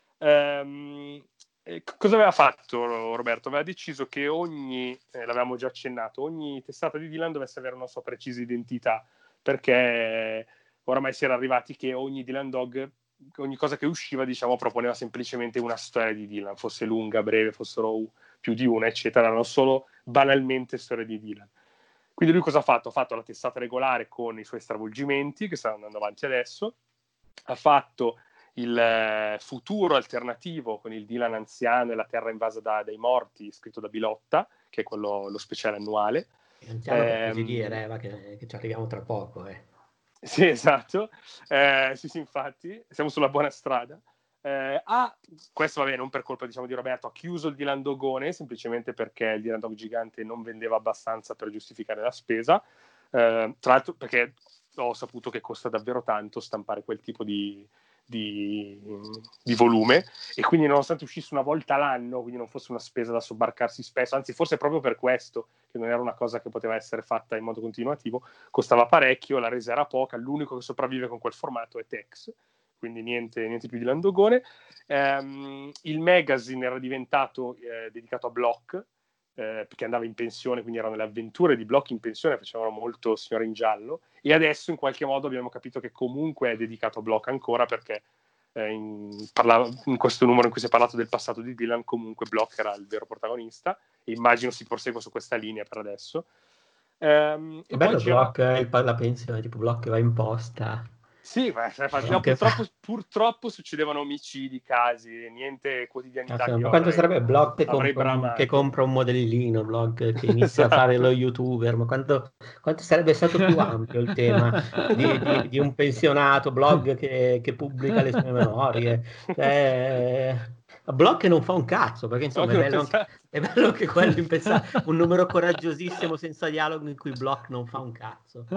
Um, eh, cosa aveva fatto Roberto? Aveva deciso che ogni, eh, l'avevamo già accennato, ogni testata di Dylan dovesse avere una sua precisa identità, perché oramai si era arrivati che ogni Dylan Dog, ogni cosa che usciva, diciamo, proponeva semplicemente una storia di Dylan, fosse lunga, breve, fossero più di una, eccetera, erano solo banalmente storie di Dylan. Quindi lui cosa ha fatto? Ha fatto la testata regolare con i suoi stravolgimenti, che stanno andando avanti adesso, ha fatto il eh, futuro alternativo con il Dylan anziano e la terra invasa da, dai morti, scritto da Bilotta, che è quello, lo speciale annuale. Anziano per così Ehm, dire, eh, va che, che ci arriviamo tra poco. Eh. Sì, esatto. Eh, sì, sì, infatti, siamo sulla buona strada. Eh, ha, questo va bene, non per colpa diciamo, di Roberto, ha chiuso il Dylan Dogone semplicemente perché il Dylan Dog gigante non vendeva abbastanza per giustificare la spesa. Eh, tra l'altro perché ho saputo che costa davvero tanto stampare quel tipo di, di, di volume, e quindi nonostante uscisse una volta l'anno, quindi non fosse una spesa da sobbarcarsi spesso, anzi forse proprio per questo, che non era una cosa che poteva essere fatta in modo continuativo, costava parecchio, la resa era poca, l'unico che sopravvive con quel formato è Tex, quindi niente, niente più di Landogone. Um, il magazine era diventato eh, dedicato a Block, eh, perché andava in pensione, quindi erano le avventure di Block in pensione, facevano molto Signore in Giallo, e adesso in qualche modo abbiamo capito che comunque è dedicato a Block ancora, perché eh, in, parlava, in questo numero in cui si è parlato del passato di Dylan, comunque Block era il vero protagonista, e immagino si prosegua su questa linea per adesso. Um, e Bello poi c'era... Block, eh, il, la pensione, tipo Block che va in posta. Sì, ma, no, Anche- purtroppo, purtroppo succedevano omicidi, casi, niente quotidianità. Ah, che ma io quanto avrei, sarebbe blog che avrei compra, un, che bramato. compra un modellino, blog che inizia a fare lo Esatto. youtuber, ma quanto, quanto sarebbe stato più ampio il tema di, di- di un pensionato blog che, che pubblica le sue memorie. Cioè, blog che non fa un cazzo, perché insomma è bello anche, Esatto. è bello anche quello in pensare, un numero coraggiosissimo senza dialogo in cui blog non fa un cazzo.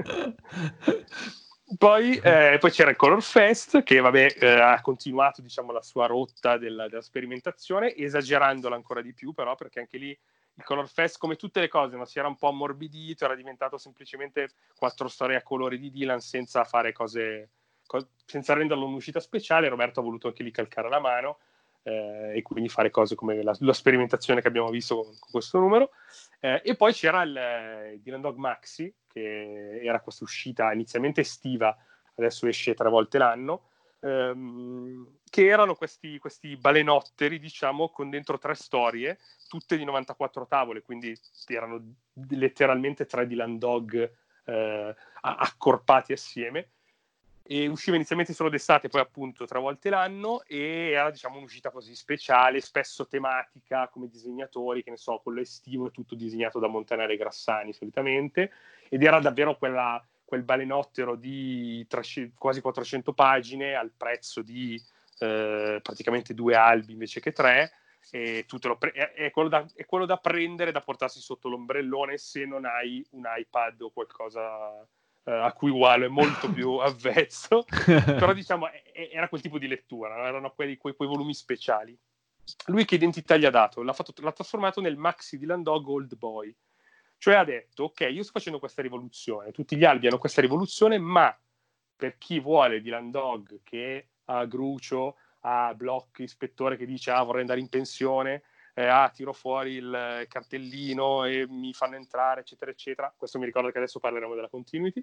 Poi, eh, poi c'era il Color Fest che vabbè, eh, ha continuato diciamo, la sua rotta della, della sperimentazione, esagerandola ancora di più però, perché anche lì il Color Fest, come tutte le cose, no, si era un po' ammorbidito, era diventato semplicemente quattro storie a colori di Dylan senza fare cose, co- senza renderlo un'uscita speciale. Roberto ha voluto anche lì calcare la mano, eh, e quindi fare cose come la, la sperimentazione che abbiamo visto con, con questo numero. Eh, e poi c'era il, il Dylan Dog Maxi, che era questa uscita inizialmente estiva, adesso esce tre volte l'anno, ehm, che erano questi, questi balenotteri, diciamo, con dentro tre storie, tutte di novantaquattro tavole, quindi erano letteralmente tre Dylan Dog eh, accorpati assieme. E usciva inizialmente solo d'estate, poi appunto tre volte l'anno, e era diciamo un'uscita così speciale, spesso tematica, come disegnatori, che ne so, quello estivo è tutto disegnato da Montanari e Grassani solitamente, ed era davvero quella, quel balenottero di trecento, quasi quattrocento pagine al prezzo di eh, praticamente due albi invece che tre, e tu te lo pre- è, è, quello da, è quello da prendere, da portarsi sotto l'ombrellone se non hai un iPad o qualcosa a cui Walo è molto più avvezzo, però diciamo era quel tipo di lettura, erano quelli, quei, quei volumi speciali. Lui che identità gli ha dato? L'ha, fatto, l'ha trasformato nel Maxi Dylan Dog Old Boy, cioè ha detto ok, io sto facendo questa rivoluzione, tutti gli albi hanno questa rivoluzione, ma per chi vuole Dylan Dog che ha Grucio, ha Block, ispettore che dice ah vorrei andare in pensione, eh, ah tiro fuori il cartellino e mi fanno entrare eccetera eccetera, questo mi ricorda che adesso parleremo della continuity,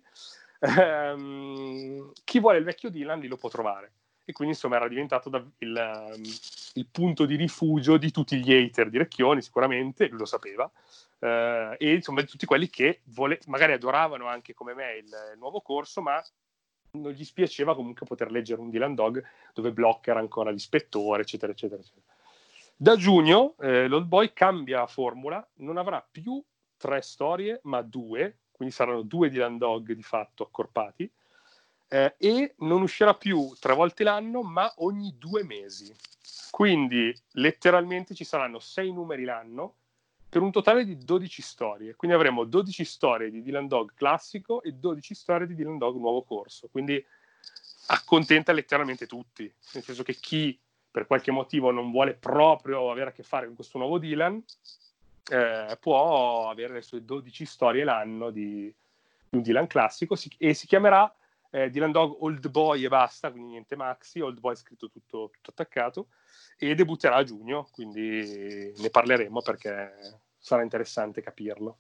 ehm, chi vuole il vecchio Dylan lì lo può trovare, e quindi insomma era diventato da, il, um, il punto di rifugio di tutti gli hater di Recchioni sicuramente, lui lo sapeva, eh, e insomma di tutti quelli che vole- magari adoravano anche come me il, il nuovo corso, ma non gli spiaceva comunque poter leggere un Dylan Dog dove Block era ancora l'ispettore eccetera eccetera eccetera. Da giugno eh, l'Old Boy cambia formula, non avrà più tre storie ma due, quindi saranno due Dylan Dog di fatto accorpati, eh, e non uscirà più tre volte l'anno ma ogni due mesi, quindi letteralmente ci saranno sei numeri l'anno per un totale di dodici storie, quindi avremo dodici storie di Dylan Dog classico e dodici storie di Dylan Dog nuovo corso, quindi accontenta letteralmente tutti, nel senso che chi per qualche motivo non vuole proprio avere a che fare con questo nuovo Dylan, eh, può avere le sue dodici storie l'anno di, di un Dylan classico, si, e si chiamerà eh, Dylan Dog Old Boy e basta, quindi niente Maxi, Old Boy scritto tutto, tutto attaccato, e debutterà a giugno, quindi ne parleremo perché sarà interessante capirlo.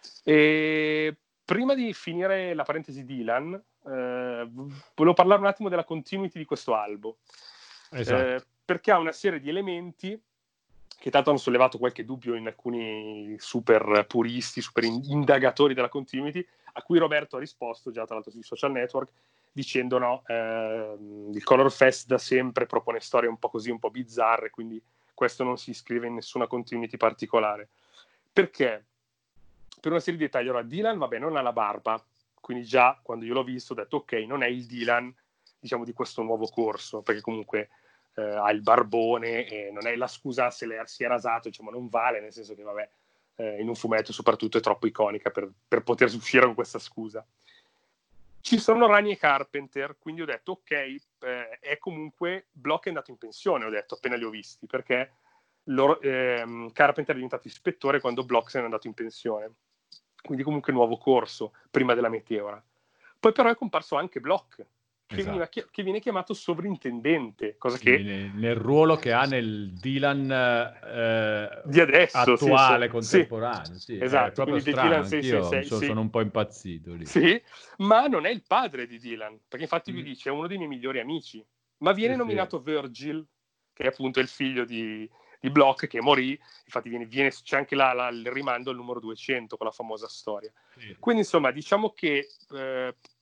E prima di finire la parentesi Dylan, eh, volevo parlare un attimo della continuity di questo albo. Esatto. Eh, perché ha una serie di elementi che tanto hanno sollevato qualche dubbio in alcuni super puristi, super indagatori della continuity, a cui Roberto ha risposto già tra l'altro sui social network dicendo no, eh, il Color Fest da sempre propone storie un po' così, un po' bizzarre, quindi questo non si iscrive in nessuna continuity particolare. Perché? Per una serie di dettagli. Allora, Dylan, vabbè, non ha la barba, quindi già quando io l'ho visto ho detto ok, non è il Dylan, diciamo, di questo nuovo corso, perché comunque eh, ha il barbone e non è la scusa se le, si è rasato, diciamo, non vale, nel senso che vabbè, eh, in un fumetto soprattutto è troppo iconica per, per poter uscire con questa scusa. Ci sono Rani e Carpenter, quindi ho detto ok, eh, è comunque Block è andato in pensione, ho detto appena li ho visti, perché loro, ehm, Carpenter è diventato ispettore quando Block se n'è andato in pensione, quindi comunque nuovo corso prima della Meteora. Poi però è comparso anche Block, che, Esatto. viene, che viene chiamato sovrintendente, cosa Sì, che nel, nel ruolo che ha nel Dylan eh, di adesso attuale, sì, sì, contemporaneo. Sì, è esatto, proprio quindi The strano, Dylan sei sei anch'io sei, so- sì, sono un po' impazzito lì. sì, ma non è il padre di Dylan, perché infatti lui Mm. dice è uno dei miei migliori amici, ma viene Sì, sì. nominato Virgil, che è appunto il figlio di, di Block che morì, infatti viene, viene, c'è anche la, la, il rimando al numero duecento con la famosa storia. Sì. Quindi insomma diciamo che eh,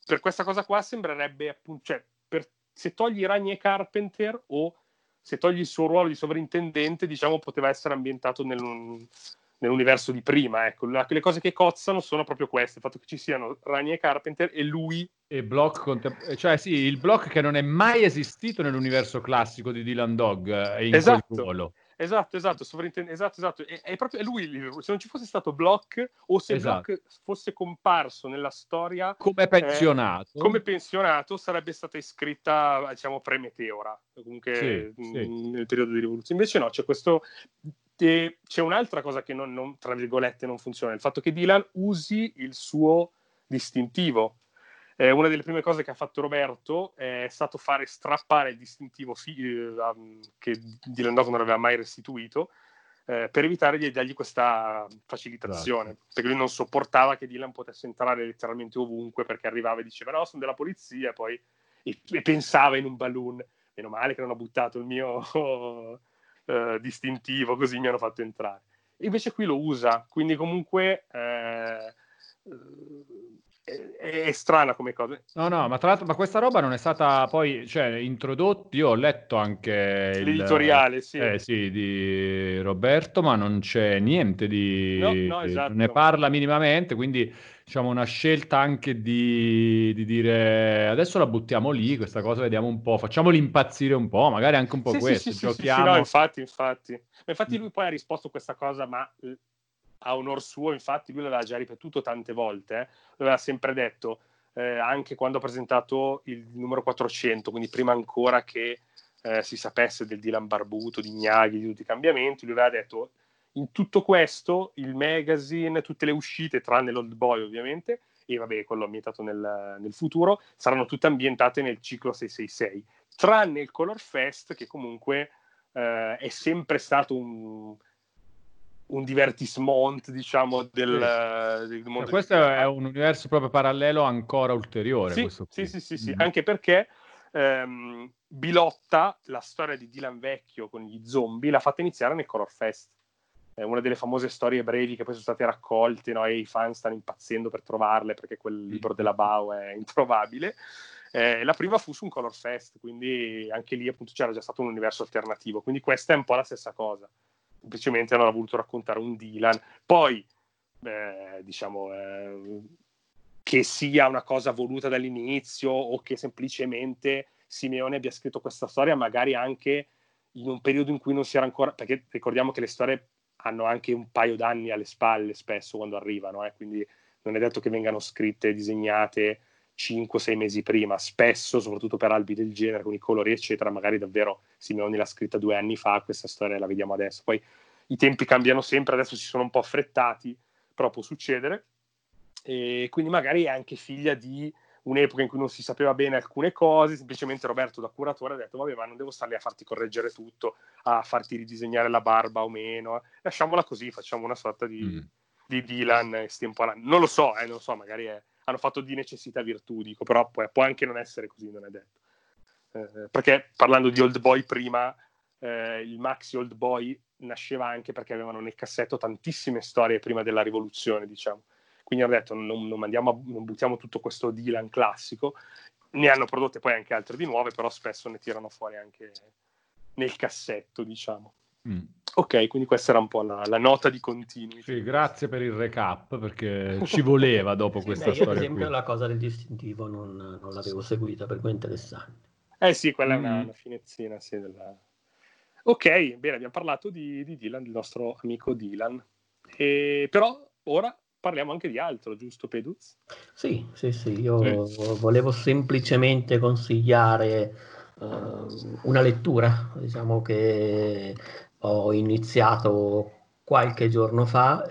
per questa cosa qua sembrerebbe appunto, cioè, per, se togli Ragni e Carpenter o se togli il suo ruolo di sovrintendente, diciamo, poteva essere ambientato nel, nell'universo di prima, ecco. La, le cose che cozzano sono proprio queste, il fatto che ci siano Ragni e Carpenter e lui... E Block, contem- cioè sì, il Block che non è mai esistito nell'universo classico di Dylan Dog è in esatto. quel ruolo. Esatto, esatto, sovrintendente, esatto, esatto. È, è proprio è lui, se non ci fosse stato Block o se esatto. Block fosse comparso nella storia come pensionato, eh, come pensionato sarebbe stata iscritta, diciamo, pre-Meteora, comunque sì, mh, sì. nel periodo di rivoluzione. Invece no, c'è questo e c'è un'altra cosa che non, non, tra virgolette non funziona, il fatto che Dylan usi il suo distintivo. Eh, una delle prime cose che ha fatto Roberto è stato fare strappare il distintivo fi- eh, che Dylan Dog non aveva mai restituito, eh, per evitare di dargli questa facilitazione, esatto. Perché lui non sopportava che Dylan potesse entrare letteralmente ovunque, perché arrivava e diceva no, sono della polizia, e poi e, e pensava in un balloon, meno male che non ho buttato il mio eh, distintivo, così mi hanno fatto entrare. E invece qui lo usa, quindi comunque eh, è, è strana come cosa. No, no, ma tra l'altro, ma questa roba non è stata poi, cioè, introdotta, io ho letto anche il... L'editoriale, sì. Eh, sì, di Roberto, ma non c'è niente di... No, no, esatto. Non ne parla minimamente, quindi diciamo una scelta anche di, di dire adesso la buttiamo lì, questa cosa vediamo un po', facciamoli impazzire un po', magari anche un po' sì, questo, sì, sì, giochiamo... sì, sì, no, infatti, infatti. Ma infatti lui poi ha risposto questa cosa, ma a onor suo, infatti lui l'aveva già ripetuto tante volte, eh. L'aveva sempre detto, eh, anche quando ha presentato il numero quattrocento, quindi prima ancora che eh, si sapesse del Dylan barbuto, di Miyagi, di tutti i cambiamenti, lui aveva detto in tutto questo il magazine, tutte le uscite, tranne l'Old Boy ovviamente, e vabbè, quello ambientato nel, nel futuro, saranno tutte ambientate nel ciclo sei sei sei, tranne il Color Fest, che comunque eh, è sempre stato un, un divertissement, diciamo, del, sì. del mondo. Cioè, questo è un universo proprio parallelo ancora ulteriore. Sì, questo sì, qui. sì, sì, sì. Mm. Anche perché ehm, Bilotta, la storia di Dylan vecchio con gli zombie, l'ha fatta iniziare nel Color Fest. È una delle famose storie brevi che poi sono state raccolte, no? E i fan stanno impazzendo per trovarle perché quel libro della Bau è introvabile. Eh, la prima fu su un Color Fest, quindi anche lì appunto c'era già stato un universo alternativo, quindi questa è un po' la stessa cosa, semplicemente hanno voluto raccontare un Dylan, poi eh, diciamo eh, che sia una cosa voluta dall'inizio o che semplicemente Simeone abbia scritto questa storia magari anche in un periodo in cui non si era ancora, perché ricordiamo che le storie hanno anche un paio d'anni alle spalle spesso quando arrivano, eh, quindi non è detto che vengano scritte e disegnate cinque sei mesi prima, spesso, soprattutto per albi del genere, con i colori eccetera, magari davvero Simeone l'ha scritta due anni fa, questa storia la vediamo adesso. Poi i tempi cambiano sempre, adesso si sono un po' affrettati, però può succedere, e quindi magari è anche figlia di un'epoca in cui non si sapeva bene alcune cose, semplicemente Roberto da curatore ha detto vabbè, ma non devo starli a farti correggere tutto, a farti ridisegnare la barba o meno, lasciamola così, facciamo una sorta di, mm. di Dylan estemporaneo. Non lo so, eh, non lo so, magari è, hanno fatto di necessità virtù, dico, però può, può anche non essere così, non è detto. Eh, perché parlando di Old Boy prima, eh, il Maxi Old Boy nasceva anche perché avevano nel cassetto tantissime storie prima della rivoluzione, diciamo. Quindi hanno detto non, non, mandiamo a, non buttiamo tutto questo Dylan classico, ne hanno prodotte poi anche altre di nuove, però spesso ne tirano fuori anche nel cassetto, diciamo. Mm. Ok, quindi questa era un po' la, la nota di continuity. Sì, grazie per il recap, perché ci voleva dopo sì, questa beh, io storia ad esempio qui. la cosa del distintivo non, non l'avevo seguita, per cui è interessante. Eh sì, quella mm. è una, una finezzina, sì, della... Ok, bene, abbiamo parlato di, di Dylan, del nostro amico Dylan. E, però ora parliamo anche di altro, giusto Peduz? Sì, sì, sì, io sì. volevo semplicemente consigliare uh, una lettura, diciamo che ho iniziato qualche giorno fa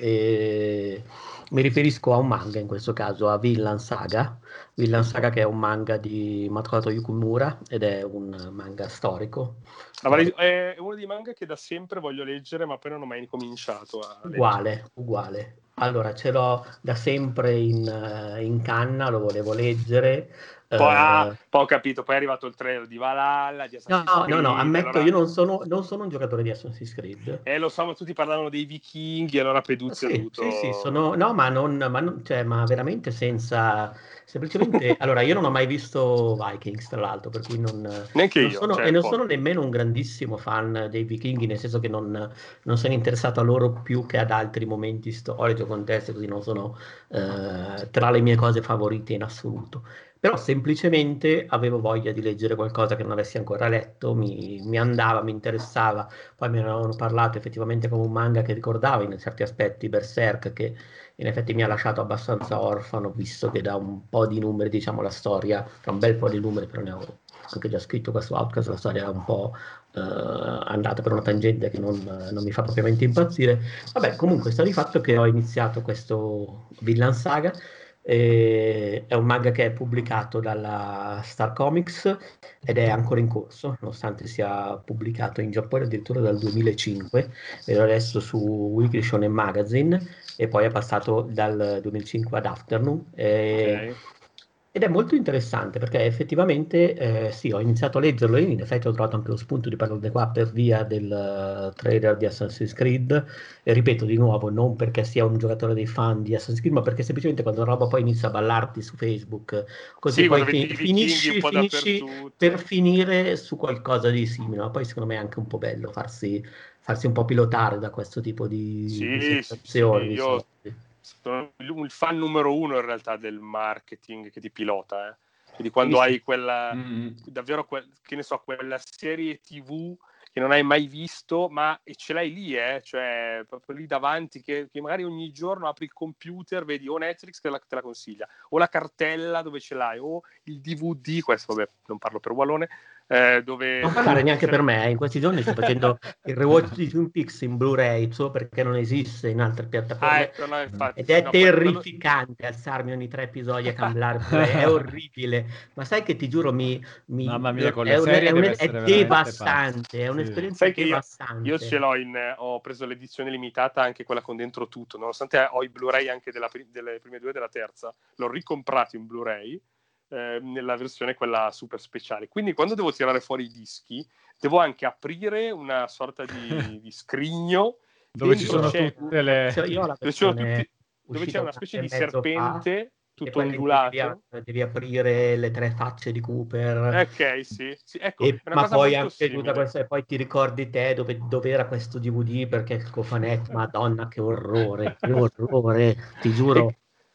e mi riferisco a un manga, in questo caso a Vinland Saga, Vinland Saga che è un manga di Makoto Yukimura ed è un manga storico. Avrei, è uno dei manga che da sempre voglio leggere, ma poi non ho mai cominciato a leggere. Uguale, uguale. Allora, ce l'ho da sempre in, in canna, lo volevo leggere, Poi, ah, Uh, poi ho capito, poi è arrivato il trailer di Valhalla, di no, Assassin's Creed. no, no, ammetto, allora... io non sono, non sono un giocatore di Assassin's Creed. Eh, lo so, ma tutti parlavano dei vichinghi, allora Peduzzi ha Sì, sì, sì, dovuto... sono, no, ma non, ma non- cioè, ma veramente senza, semplicemente, allora, io non ho mai visto Vikings, tra l'altro, per cui non, Neanche non io, sono, cioè e un non po'. sono nemmeno un grandissimo fan dei vichinghi, nel senso che non, non sono interessato a loro più che ad altri momenti storici o contesti, così non sono eh, tra le mie cose favorite in assoluto. Però semplicemente avevo voglia di leggere qualcosa che non avessi ancora letto, mi, mi andava, mi interessava. Poi mi avevano parlato effettivamente come un manga che ricordava in certi aspetti Berserk, che in effetti mi ha lasciato abbastanza orfano, visto che da un po' di numeri, diciamo, la storia, tra un bel po' di numeri, però ne ho anche già scritto questo Outcast, la storia è un po' eh, andata per una tangente che non, non mi fa propriamente impazzire. Vabbè, comunque sta di fatto che ho iniziato questo Vinland Saga. eh, è un manga che è pubblicato dalla Star Comics ed è ancora in corso, nonostante sia pubblicato in Giappone addirittura dal duemilacinque, vedo adesso su Weekly Shonen Magazine, e poi è passato dal duemilacinque ad Afternoon. eh, Ok. ed è molto interessante perché effettivamente eh, sì, ho iniziato a leggerlo e in effetti ho trovato anche lo spunto di parlarne qua per via del eh, trailer di Assassin's Creed. E ripeto di nuovo, non perché sia un giocatore dei fan di Assassin's Creed, ma perché semplicemente quando una roba poi inizia a ballarti su Facebook, così Sì, poi quando vedi fi- i vichinghi un finisci, po' finisci per dappertutto. finire su qualcosa di simile, ma poi secondo me è anche un po' bello farsi, farsi un po' pilotare da questo tipo di, di Sì, sì, sì, sensazioni, di io soldi. sono il fan numero uno in realtà del marketing che ti pilota, eh. Cioè di Sì, quando sì. hai quella, Mm. davvero, quel- che ne so, quella serie T V che non hai mai visto, ma e ce l'hai lì, eh, cioè proprio lì davanti, che, che magari ogni giorno apri il computer, vedi o Netflix che la, te la consiglia, o la cartella dove ce l'hai, o il D V D, questo vabbè, non parlo per Wallone, eh, dove, Non dove parlare appunto neanche c'è... per me, eh. In questi giorni sto facendo il rewatch di Twin Peaks in Blu-ray, solo perché non esiste in altre Ah, piattaforme. ecco, no, infatti, Ed sì, è no, quello, quello... terrificante alzarmi ogni tre episodi a cambiare Blu-ray, è orribile. Ma sai che ti giuro, mi, mi- Mamma mia, con è, le un- è serie un- deve è essere veramente pazzo. devastante, è Sì. un'esperienza Sai che io, io ce devastante. l'ho in, ho preso l'edizione limitata anche quella con dentro tutto, nonostante ho i Blu-ray anche della, delle prime due e della terza, l'ho ricomprato in Blu-ray eh, nella versione quella super speciale. Quindi quando devo tirare fuori i dischi, devo anche aprire una sorta di, di scrigno. Dove ci Dentro sono c'è, tutte le... Io ho la dove, ci sono tutti, versione dove c'è uscita un una anno specie e di mezzo fa, serpente e tutto quella in cui devi, ondulato. devi aprire le tre facce di Cooper. Ok, sì, sì, ecco, E- è una ma cosa poi molto anche tutta simile. questa, e poi ti ricordi te dove, dove era questo D V D perché il cofanetto, Madonna, che orrore, che orrore, ti E, giuro.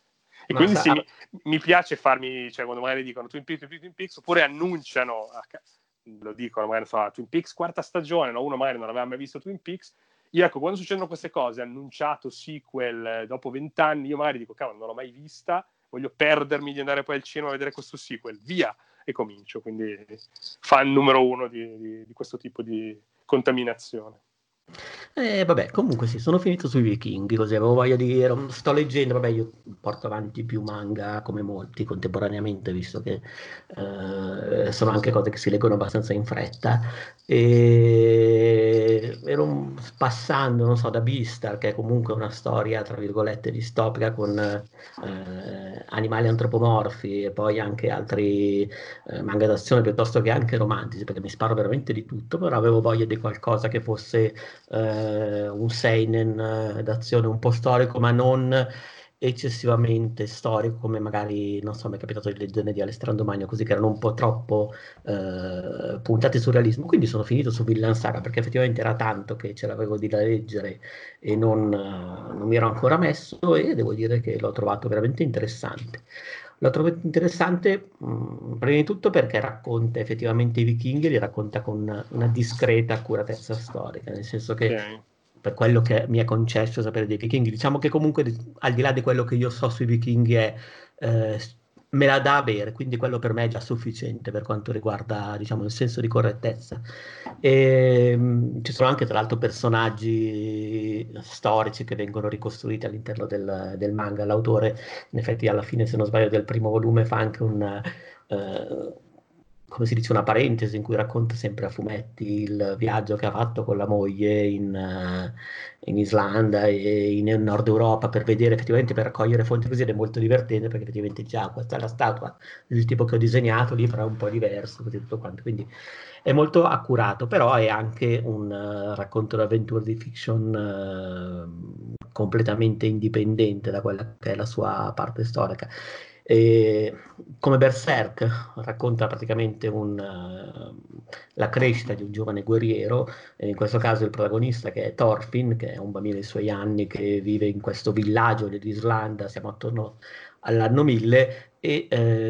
e Ma quindi sa- sì, ah, mi, mi piace farmi, cioè quando magari dicono Twin Peaks, Twin Peaks, Twin Peaks, oppure annunciano, a ca- lo dicono magari, so, Twin Peaks quarta stagione, no? Uno magari non aveva mai visto Twin Peaks. Io ecco, quando succedono queste cose, annunciato sequel eh, dopo vent'anni, io magari dico, cavolo, non l'ho mai vista, voglio perdermi di andare poi al cinema a vedere questo sequel, via, e comincio. Quindi fan numero uno di, di, di questo tipo di contaminazione. Eh, vabbè, comunque sì, sono finito sui vichinghi, così avevo voglia di dire, sto leggendo, vabbè, io porto avanti più manga come molti contemporaneamente, visto che eh, sono anche cose che si leggono abbastanza in fretta, e ero un- passando, non so, da Beastar, che è comunque una storia, tra virgolette, distopica con eh, animali antropomorfi, e poi anche altri eh, manga d'azione piuttosto che anche romantici, perché mi sparo veramente di tutto, però avevo voglia di qualcosa che fosse eh, un seinen eh, d'azione un po' storico, ma non eccessivamente storico, come magari, non so, mi è capitato di leggerne di Alessandro Magno, così che erano un po' troppo eh, puntati sul realismo. Quindi sono finito su Vinland Saga, perché effettivamente era tanto che ce l'avevo di da leggere e non, eh, non mi ero ancora messo, e devo dire che l'ho trovato veramente interessante. L'ho trovato interessante, mh, prima di tutto perché racconta effettivamente i vichinghi, li racconta con una discreta accuratezza storica, nel senso che Ok. per quello che mi è concesso sapere dei vichinghi, diciamo che comunque al di là di quello che io so sui vichinghi è, eh, me la dà a bere, quindi quello per me è già sufficiente per quanto riguarda, diciamo, il senso di correttezza. E, mh, ci sono anche tra l'altro personaggi storici che vengono ricostruiti all'interno del, del manga. L'autore in effetti alla fine, se non sbaglio, del primo volume fa anche un, eh, come si dice, una parentesi in cui racconta sempre a fumetti il viaggio che ha fatto con la moglie in, eh, in Islanda e in Nord Europa per vedere effettivamente, per raccogliere fonti così, ed è molto divertente perché effettivamente già questa è la statua del tipo che ho disegnato, lì però è un po' diverso, così tutto quanto, quindi è molto accurato, però è anche un uh, racconto d'avventure di fiction uh, completamente indipendente da quella che è la sua parte storica. E, come Berserk, racconta praticamente un, uh, la crescita di un giovane guerriero, e in questo caso il protagonista che è Thorfinn, che è un bambino dei suoi anni che vive in questo villaggio dell'Islanda, siamo attorno all'anno mille, e,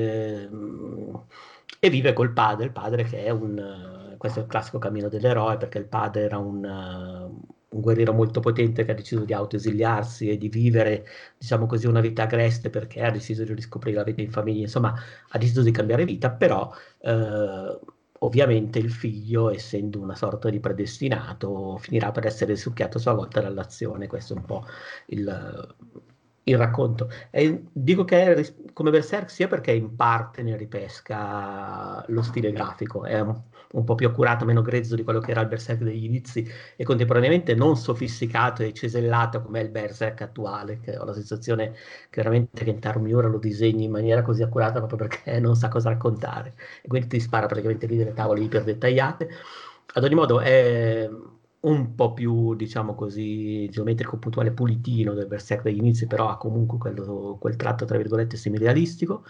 ehm, e vive col padre, il padre che è un, eh, questo è il classico cammino dell'eroe, perché il padre era un, eh, un guerriero molto potente che ha deciso di autoesiliarsi e di vivere, diciamo così, una vita agreste perché ha deciso di riscoprire la vita in famiglia, insomma, ha deciso di cambiare vita, però eh, ovviamente il figlio, essendo una sorta di predestinato, finirà per essere succhiato a sua volta dall'azione. Questo è un po' il, il racconto. E dico che è ris- come Berserk sia perché in parte ne ripesca lo stile grafico, è un, un po' più accurato, meno grezzo di quello che era il Berserk degli inizi e contemporaneamente non sofisticato e cesellato come è il Berserk attuale, che ho la sensazione che veramente Kentaro Miura lo disegni in maniera così accurata proprio perché non sa cosa raccontare e quindi ti spara praticamente lì delle tavole iper dettagliate. Ad ogni modo è un po' più, diciamo così, geometrico, puntuale, pulitino del Berserk degli inizi, però ha comunque quello- quel tratto, tra virgolette, semirealistico.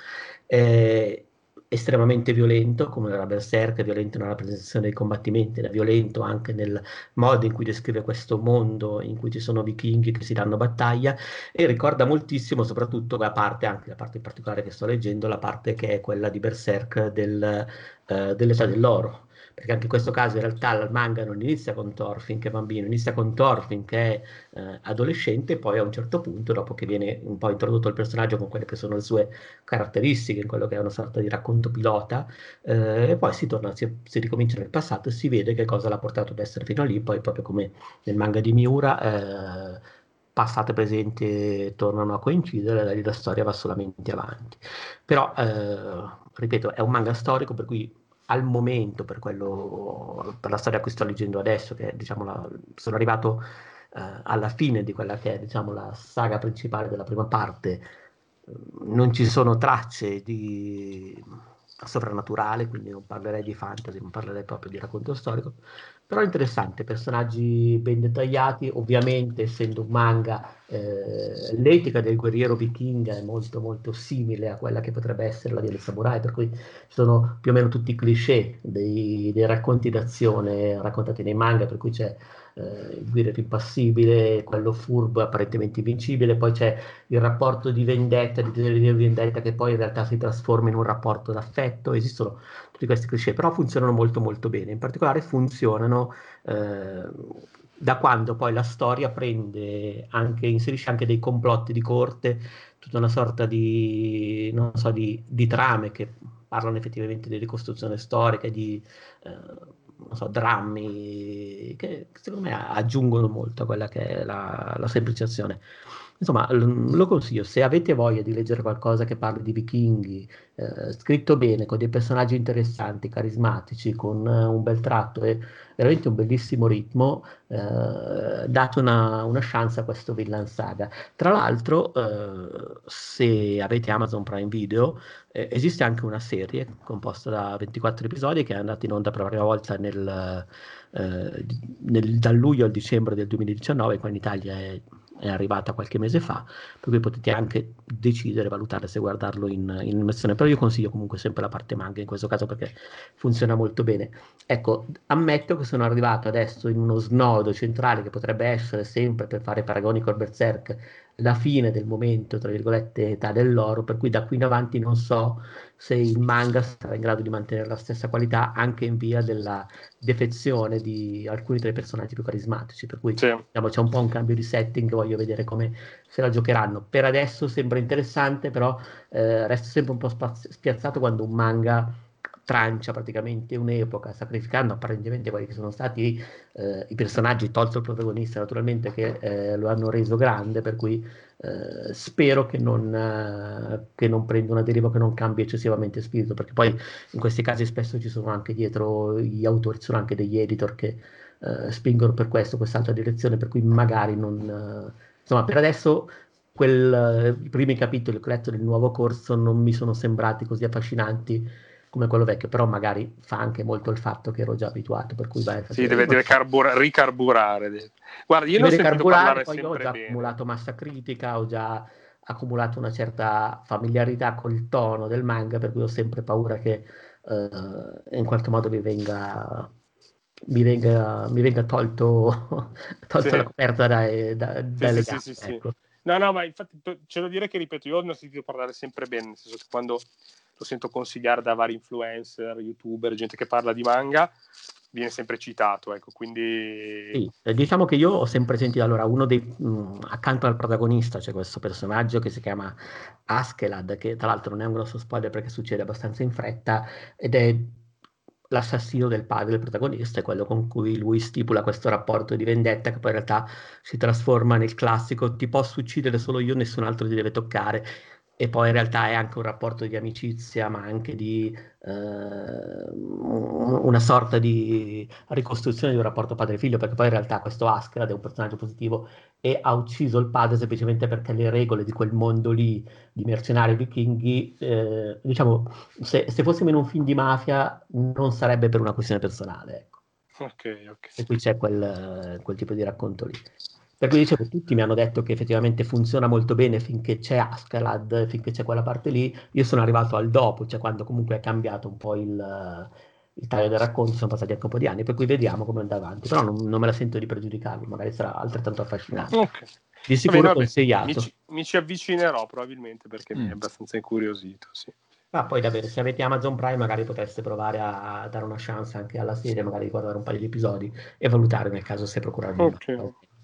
È estremamente violento, come era Berserk, è violento nella presentazione dei combattimenti, è violento anche nel modo in cui descrive questo mondo in cui ci sono vichinghi che si danno battaglia, e ricorda moltissimo, soprattutto la parte, anche la parte in particolare che sto leggendo, la parte che è quella di Berserk del, eh, dell'età dell'oro, perché anche in questo caso in realtà il manga non inizia con Thorfinn che è bambino, inizia con Thorfinn che è eh, adolescente, e poi a un certo punto, dopo che viene un po' introdotto il personaggio con quelle che sono le sue caratteristiche, in quello che è una sorta di racconto pilota, eh, e poi si torna, si, si ricomincia nel passato e si vede che cosa l'ha portato ad essere fino a lì, poi proprio come nel manga di Miura, eh, passato e presente tornano a coincidere, e da lì la storia va solamente avanti. Però, eh, ripeto, è un manga storico, per cui al momento, per quello, per la storia che sto leggendo adesso, che diciamo la, sono arrivato eh, alla fine di quella che è, diciamo, la saga principale della prima parte, eh, non ci sono tracce di sovrannaturale, quindi non parlerei di fantasy, non parlerei proprio di racconto storico, però è interessante, personaggi ben dettagliati, ovviamente essendo un manga, eh, l'etica del guerriero vichinga è molto molto simile a quella che potrebbe essere la via del samurai, per cui sono più o meno tutti i cliché dei, dei racconti d'azione raccontati nei manga, per cui c'è eh, il guerriero impassibile, quello furbo apparentemente invincibile, poi c'è il rapporto di vendetta, di desiderio di vendetta che poi in realtà si trasforma in un rapporto d'affetto, esistono tutti questi cliché, però funzionano molto molto bene, in particolare funzionano eh, da quando poi la storia prende anche, inserisce anche dei complotti di corte, tutta una sorta di, non so, di, di trame che parlano effettivamente di ricostruzione storica, di eh, non so, drammi che secondo me aggiungono molto a quella che è la, la semplice azione. Insomma, l- lo consiglio, se avete voglia di leggere qualcosa che parli di vichinghi, eh, scritto bene, con dei personaggi interessanti, carismatici, con eh, un bel tratto e veramente un bellissimo ritmo, eh, date una, una chance a questo Vinland Saga. Tra l'altro, eh, se avete Amazon Prime Video, eh, esiste anche una serie composta da ventiquattro episodi che è andata in onda per la prima volta nel, eh, nel- dal luglio al dicembre del duemiladiciannove, qua in Italia è, è arrivata qualche mese fa, per cui potete anche decidere, valutare se guardarlo in, in immersione, però io consiglio comunque sempre la parte manga in questo caso perché funziona molto bene. Ecco, ammetto che sono arrivato adesso in uno snodo centrale che potrebbe essere sempre, per fare paragoni col Berserk, la fine del momento, tra virgolette, età dell'oro, per cui da qui in avanti non so se il manga sarà in grado di mantenere la stessa qualità anche in via della defezione di alcuni tra i personaggi più carismatici, per cui Sì. diciamo, c'è un po' un cambio di setting, voglio vedere come se la giocheranno. Per adesso sembra interessante, però eh, resto sempre un po' spaz- spiazzato quando un manga trancia praticamente un'epoca, sacrificando apparentemente quelli che sono stati eh, i personaggi, tolto il protagonista naturalmente, che eh, lo hanno reso grande, per cui eh, spero che non, eh, che non prenda una deriva, che non cambi eccessivamente spirito, perché poi in questi casi spesso ci sono anche dietro gli autori, ci sono anche degli editor che eh, spingono per questo, quest'altra direzione, per cui magari non... eh, insomma, per adesso quel, eh, i primi capitoli che ho letto del nuovo corso non mi sono sembrati così affascinanti come quello vecchio, però magari fa anche molto il fatto che ero già abituato, per cui vai a Sì, deve, deve carbura- ricarburare. Guarda, io ne ho deve sentito carburare, parlare poi io ho sempre già bene. accumulato massa critica, ho già accumulato una certa familiarità col tono del manga, per cui ho sempre paura che eh, in qualche modo mi venga, mi venga, mi venga tolto, tolto Sì. la coperta dai, da- Sì, dalle sì, sì, gambe, sì, sì. ecco. No, no, ma infatti p- c'è da dire che, ripeto, io ne ho sentito parlare sempre bene, nel senso che quando lo sento consigliare da vari influencer, youtuber, gente che parla di manga, viene sempre citato, ecco, quindi... Sì, eh, diciamo che io ho sempre sentito, allora, uno dei, mh, accanto al protagonista c'è questo personaggio che si chiama Askeladd, che tra l'altro non è un grosso spoiler perché succede abbastanza in fretta, ed è l'assassino del padre del protagonista, è quello con cui lui stipula questo rapporto di vendetta che poi in realtà si trasforma nel classico ti posso uccidere solo io, nessun altro ti deve toccare, e poi in realtà è anche un rapporto di amicizia, ma anche di eh, una sorta di ricostruzione di un rapporto padre-figlio, perché poi in realtà questo Askeladd è un personaggio positivo e ha ucciso il padre semplicemente perché le regole di quel mondo lì di mercenari vichinghi, eh, diciamo, se, se fossimo in un film di mafia non sarebbe per una questione personale, ecco. Ok, ok. E qui c'è quel, quel tipo di racconto lì. Per cui dicevo, tutti mi hanno detto che effettivamente funziona molto bene finché c'è Askeladd, finché c'è quella parte lì. Io sono arrivato al dopo, cioè quando comunque è cambiato un po' il, il taglio del racconto, sono passati anche un po' di anni, per cui vediamo come andrà avanti. Però non, non me la sento di pregiudicarlo, magari sarà altrettanto affascinante. Ok. Di Va sicuro bene, va bene. Mi consigliato. ci, mi ci avvicinerò probabilmente perché mi è Mm. abbastanza incuriosito, sì. Ma poi davvero, se avete Amazon Prime magari potreste provare a dare una chance anche alla serie, magari guardare un paio di episodi e valutare nel caso se procurarvi il Ok.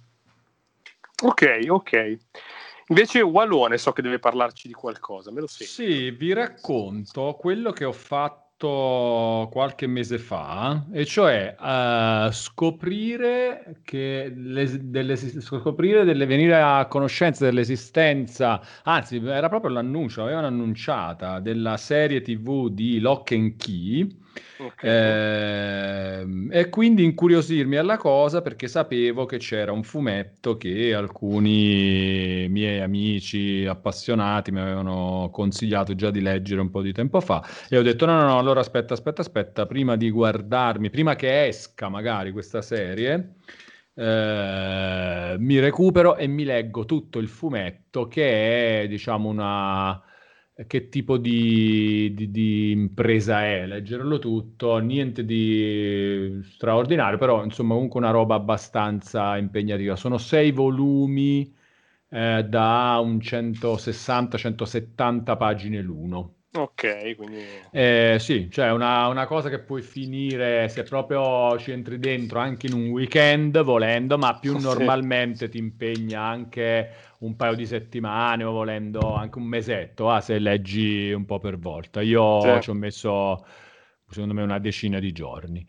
Ok, ok. Invece Walone so che deve parlarci di qualcosa, me lo sento. Sì, vi racconto quello che ho fatto qualche mese fa, e cioè eh, scoprire che le- delle, scoprire delle, venire a conoscenza dell'esistenza, anzi, era proprio l'annuncio, avevano annunciata della serie T V di Lock and Key. Ok. Ehm, e quindi incuriosirmi alla cosa perché sapevo che c'era un fumetto che alcuni miei amici appassionati mi avevano consigliato già di leggere un po' di tempo fa, e ho detto no, no, no, allora aspetta, aspetta, aspetta, prima di guardarmi, prima che esca magari questa serie, eh, mi recupero e mi leggo tutto il fumetto, che è, diciamo, una... Che tipo di, di- di impresa è leggerlo tutto? Niente di straordinario, però insomma comunque una roba abbastanza impegnativa. Sono sei volumi eh, da un centosessanta centosettanta pagine l'uno. Ok, quindi... Eh, sì, cioè una, una cosa che puoi finire se proprio ci entri dentro anche in un weekend volendo, ma più Sì. normalmente ti impegna anche un paio di settimane o volendo anche un mesetto, ah, se leggi un po' per volta. Io Sì. ci ho messo secondo me una decina di giorni.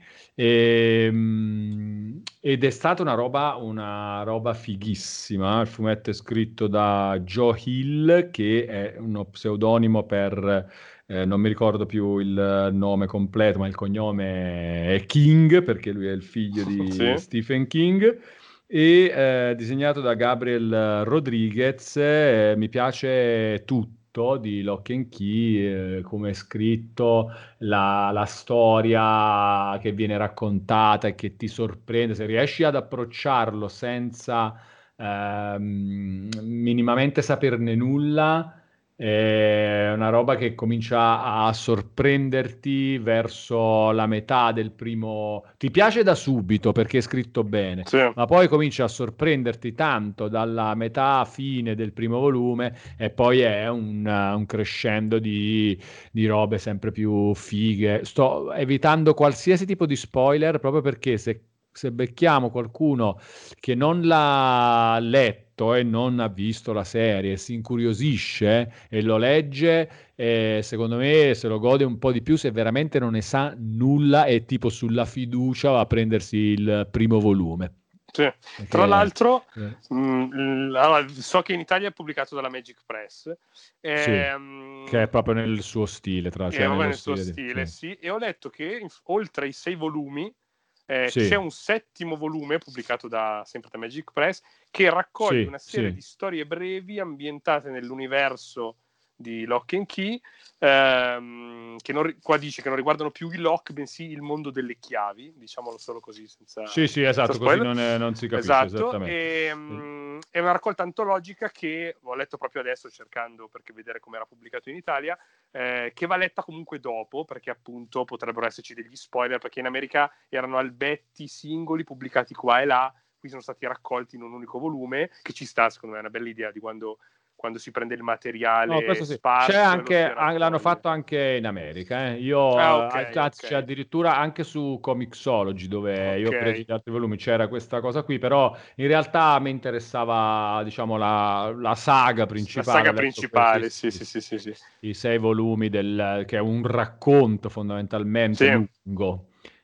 Ehm, ed è stata una roba, una roba fighissima. Il fumetto è scritto da Joe Hill, che è uno pseudonimo per eh, non mi ricordo più il nome completo, ma il cognome è King, perché lui è il figlio di Sì. Stephen King, e eh, disegnato da Gabriel Rodriguez. Eh, mi piace tutto di Lock and Key, eh, come è scritto, la, la storia che viene raccontata e che ti sorprende, se riesci ad approcciarlo senza ehm, minimamente saperne nulla, è una roba che comincia a sorprenderti verso la metà del primo. Ti piace da subito perché è scritto bene, Sì. ma poi comincia a sorprenderti tanto dalla metà fine del primo volume, e poi è un, un crescendo di, di robe sempre più fighe. Sto evitando qualsiasi tipo di spoiler proprio perché se se becchiamo qualcuno che non l'ha letto e non ha visto la serie, si incuriosisce e lo legge, eh, secondo me se lo gode un po' di più se veramente non ne sa nulla e tipo sulla fiducia va a prendersi il primo volume. Sì. Perché, Tra l'altro, eh, mh, allora, so che in Italia è pubblicato dalla Magic Press, sì, ehm, che è proprio nel suo stile, tra, è cioè proprio nello nel suo stile di- stile, sì. sì, e ho letto che in- oltre ai sei volumi eh, c'è Sì, un settimo volume pubblicato da, sempre da Magic Press che raccoglie sì, una serie sì. di storie brevi ambientate nell'universo di Lock and Key, ehm, che non, ri- qua dice che non riguardano più i lock, bensì il mondo delle chiavi, diciamolo solo così, senza, Sì, sì, senza esatto, così spoiler. non, è- non si capisce Esatto, esattamente. e, Eh, mm, è una raccolta antologica che ho letto proprio adesso cercando perché vedere come era pubblicato in Italia, eh, che va letta comunque dopo perché appunto potrebbero esserci degli spoiler, perché in America erano albetti singoli pubblicati qua e là, qui sono stati raccolti in un unico volume, che ci sta, secondo me è una bella idea di quando, quando si prende il No, materiale questo sì. C'è sparso e lo si anche, an- l'hanno raccoglie. fatto anche in America. eh. Io, Ah, eh, ok, anzi, c'è ok, addirittura anche su Comixology, dove io ho preso ok. gli altri volumi, c'era questa cosa qui, però in realtà mi interessava, diciamo, la, la saga La principale. Ho saga letto questi principale, sì, sì, sì, sì, sì, sì. i sei volumi del, che è un racconto fondamentalmente Sì. lungo.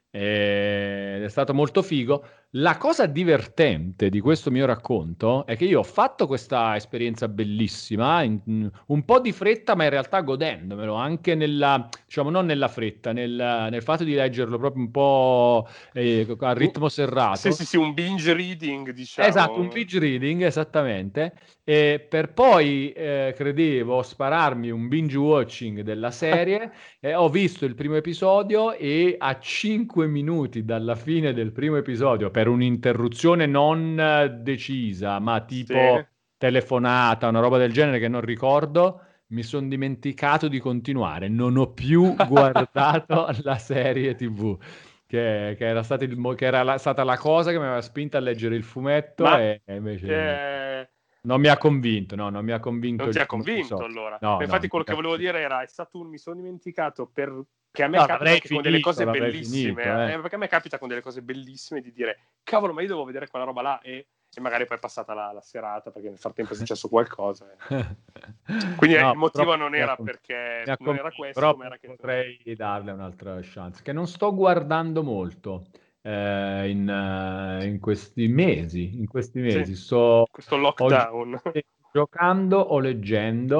Ed è stato molto figo. La cosa divertente di questo mio racconto è che io ho fatto questa esperienza bellissima, in- un po' di fretta, ma in realtà godendomelo, anche nella, diciamo, non nella fretta, nel, nel fatto di leggerlo proprio un po' eh, a ritmo Sì, serrato. sì, sì, un binge reading, Esatto, un diciamo. binge reading, esattamente, e per poi, eh, credevo, spararmi un binge watching della serie. Eh, ho visto il primo episodio e a cinque minuti dalla fine del primo episodio, per un'interruzione non eh, decisa, ma tipo Sì. telefonata, una roba del genere che non ricordo, mi sono dimenticato di continuare, non ho più guardato la serie T V che, che era stato il mo- che era la- stata la cosa che mi aveva spinto a leggere il fumetto Ma e, e invece eh, non mi ha convinto, no, non mi ha non convinto ti il ha primo convinto episodio. allora. No, Ma no, infatti non quello mi che ha volevo convinto. dire era, è stato un, mi sono dimenticato per, che a me No, capita l'avrei anche con delle finito, cose l'avrei bellissime, finito, eh. eh, perché a me capita con delle cose bellissime di dire, cavolo, ma io devo vedere quella roba là e, e magari poi è passata la, la serata perché nel frattempo è successo qualcosa. eh. Quindi eh, No, il motivo purtroppo non mi ha era convinto, mi perché ha non era convinto, questo, però ma era che tu... potrei darle un'altra chance, che non sto guardando molto eh, in, eh, in questi mesi, in questi Sì, mesi. Sto questo oggi lockdown. giocando o leggendo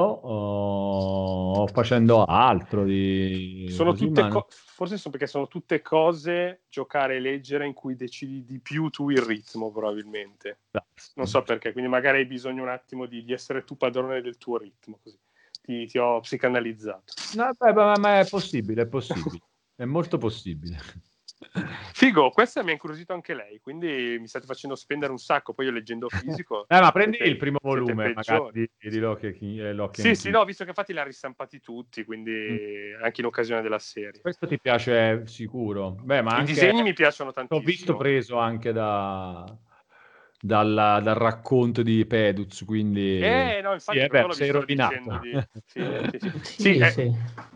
o, o facendo altro di Sono così, tutte ma no. co- forse sono perché sono tutte cose, giocare e leggere, in cui decidi di più tu il ritmo, probabilmente. Non so perché, quindi magari hai bisogno un attimo di, di essere tu padrone del tuo ritmo, così ti, ti ho psicanalizzato. No, beh, ma, ma è possibile, è possibile, è molto possibile. Figo, questa mi ha incuriosito anche lei, quindi mi state facendo spendere un sacco, poi io leggendo fisico Eh, ma prendi il siete, primo siete volume, magari, peggiori. di, di Lock and Key, eh, Lock Sì, and sì, Key. no, visto che infatti li ha ristampati tutti, Mm. quindi anche in occasione della serie. Questo ti piace sicuro. Beh, ma I anche disegni mi piacciono l'ho visto tantissimo. preso anche da, dalla- dal racconto di Peduz, quindi Eh, no, sì, infatti è per vero, quello vi sei sto rovinato. dicendo di... Sì, sì, sì. Sì, Sì, eh, sì.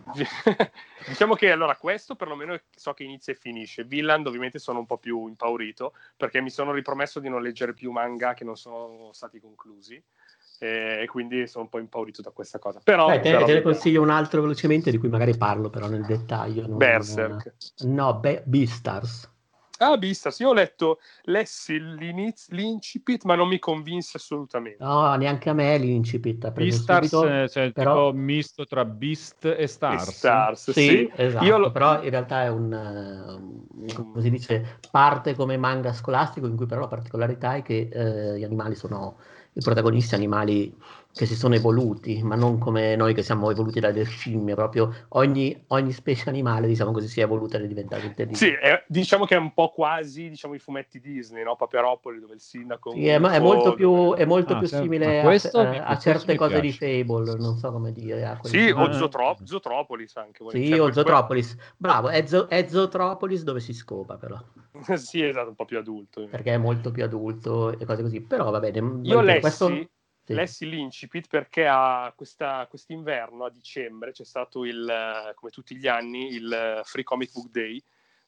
diciamo che allora questo perlomeno so che inizia e finisce. Vinland ovviamente sono un po' più impaurito perché mi sono ripromesso di non leggere più manga che non sono stati conclusi e quindi sono un po' impaurito da questa cosa. Però, Beh, te, però te ne vediamo. consiglio un altro velocemente di cui magari parlo però nel dettaglio. Non... Berserk. No, Be- Beastars. Ah, Beastars, io ho letto, lessi l'iniz- l'incipit ma non mi convinse assolutamente. No, neanche a me l'incipit ha preso Beastars, subito, eh, cioè il tipo però misto tra Beast e E Stars. Stars, sì. sì, Io esatto, lo... però in realtà è un, eh, un- come si dice, parte come manga scolastico in cui però la particolarità è che eh, gli animali sono i protagonisti, animali che si sono evoluti, ma non come noi che siamo evoluti dalle scimmie, proprio ogni, ogni specie animale, diciamo così, si è evoluta ed è diventata Sì, intelligente. è- diciamo che è un po' quasi diciamo, i fumetti Disney, no? Paperopoli, dove il sindaco è un Sì, è, mo- è molto gufo, più, dove... è molto Ah, più se- ma simile a, F- questo eh, mi, a questo certe mi cose di piace. Fable, non so come dire, a quel Sì, o Ah, ah, genere. Zootro- ah. Zootropolis anche. vole- Sì, Cioè, o que- que- Zootropolis. Bravo, è, Zo- è Zootropolis dove si scopa però, sì, esatto, un po' più adulto. perché è molto più adulto e cose così. Però va bene, Io ripeto, lessi, questo... Sì. lessi l'incipit perché a questa, quest'inverno, a dicembre, c'è stato il, eh, come tutti gli anni, il eh, Free Comic Book Day,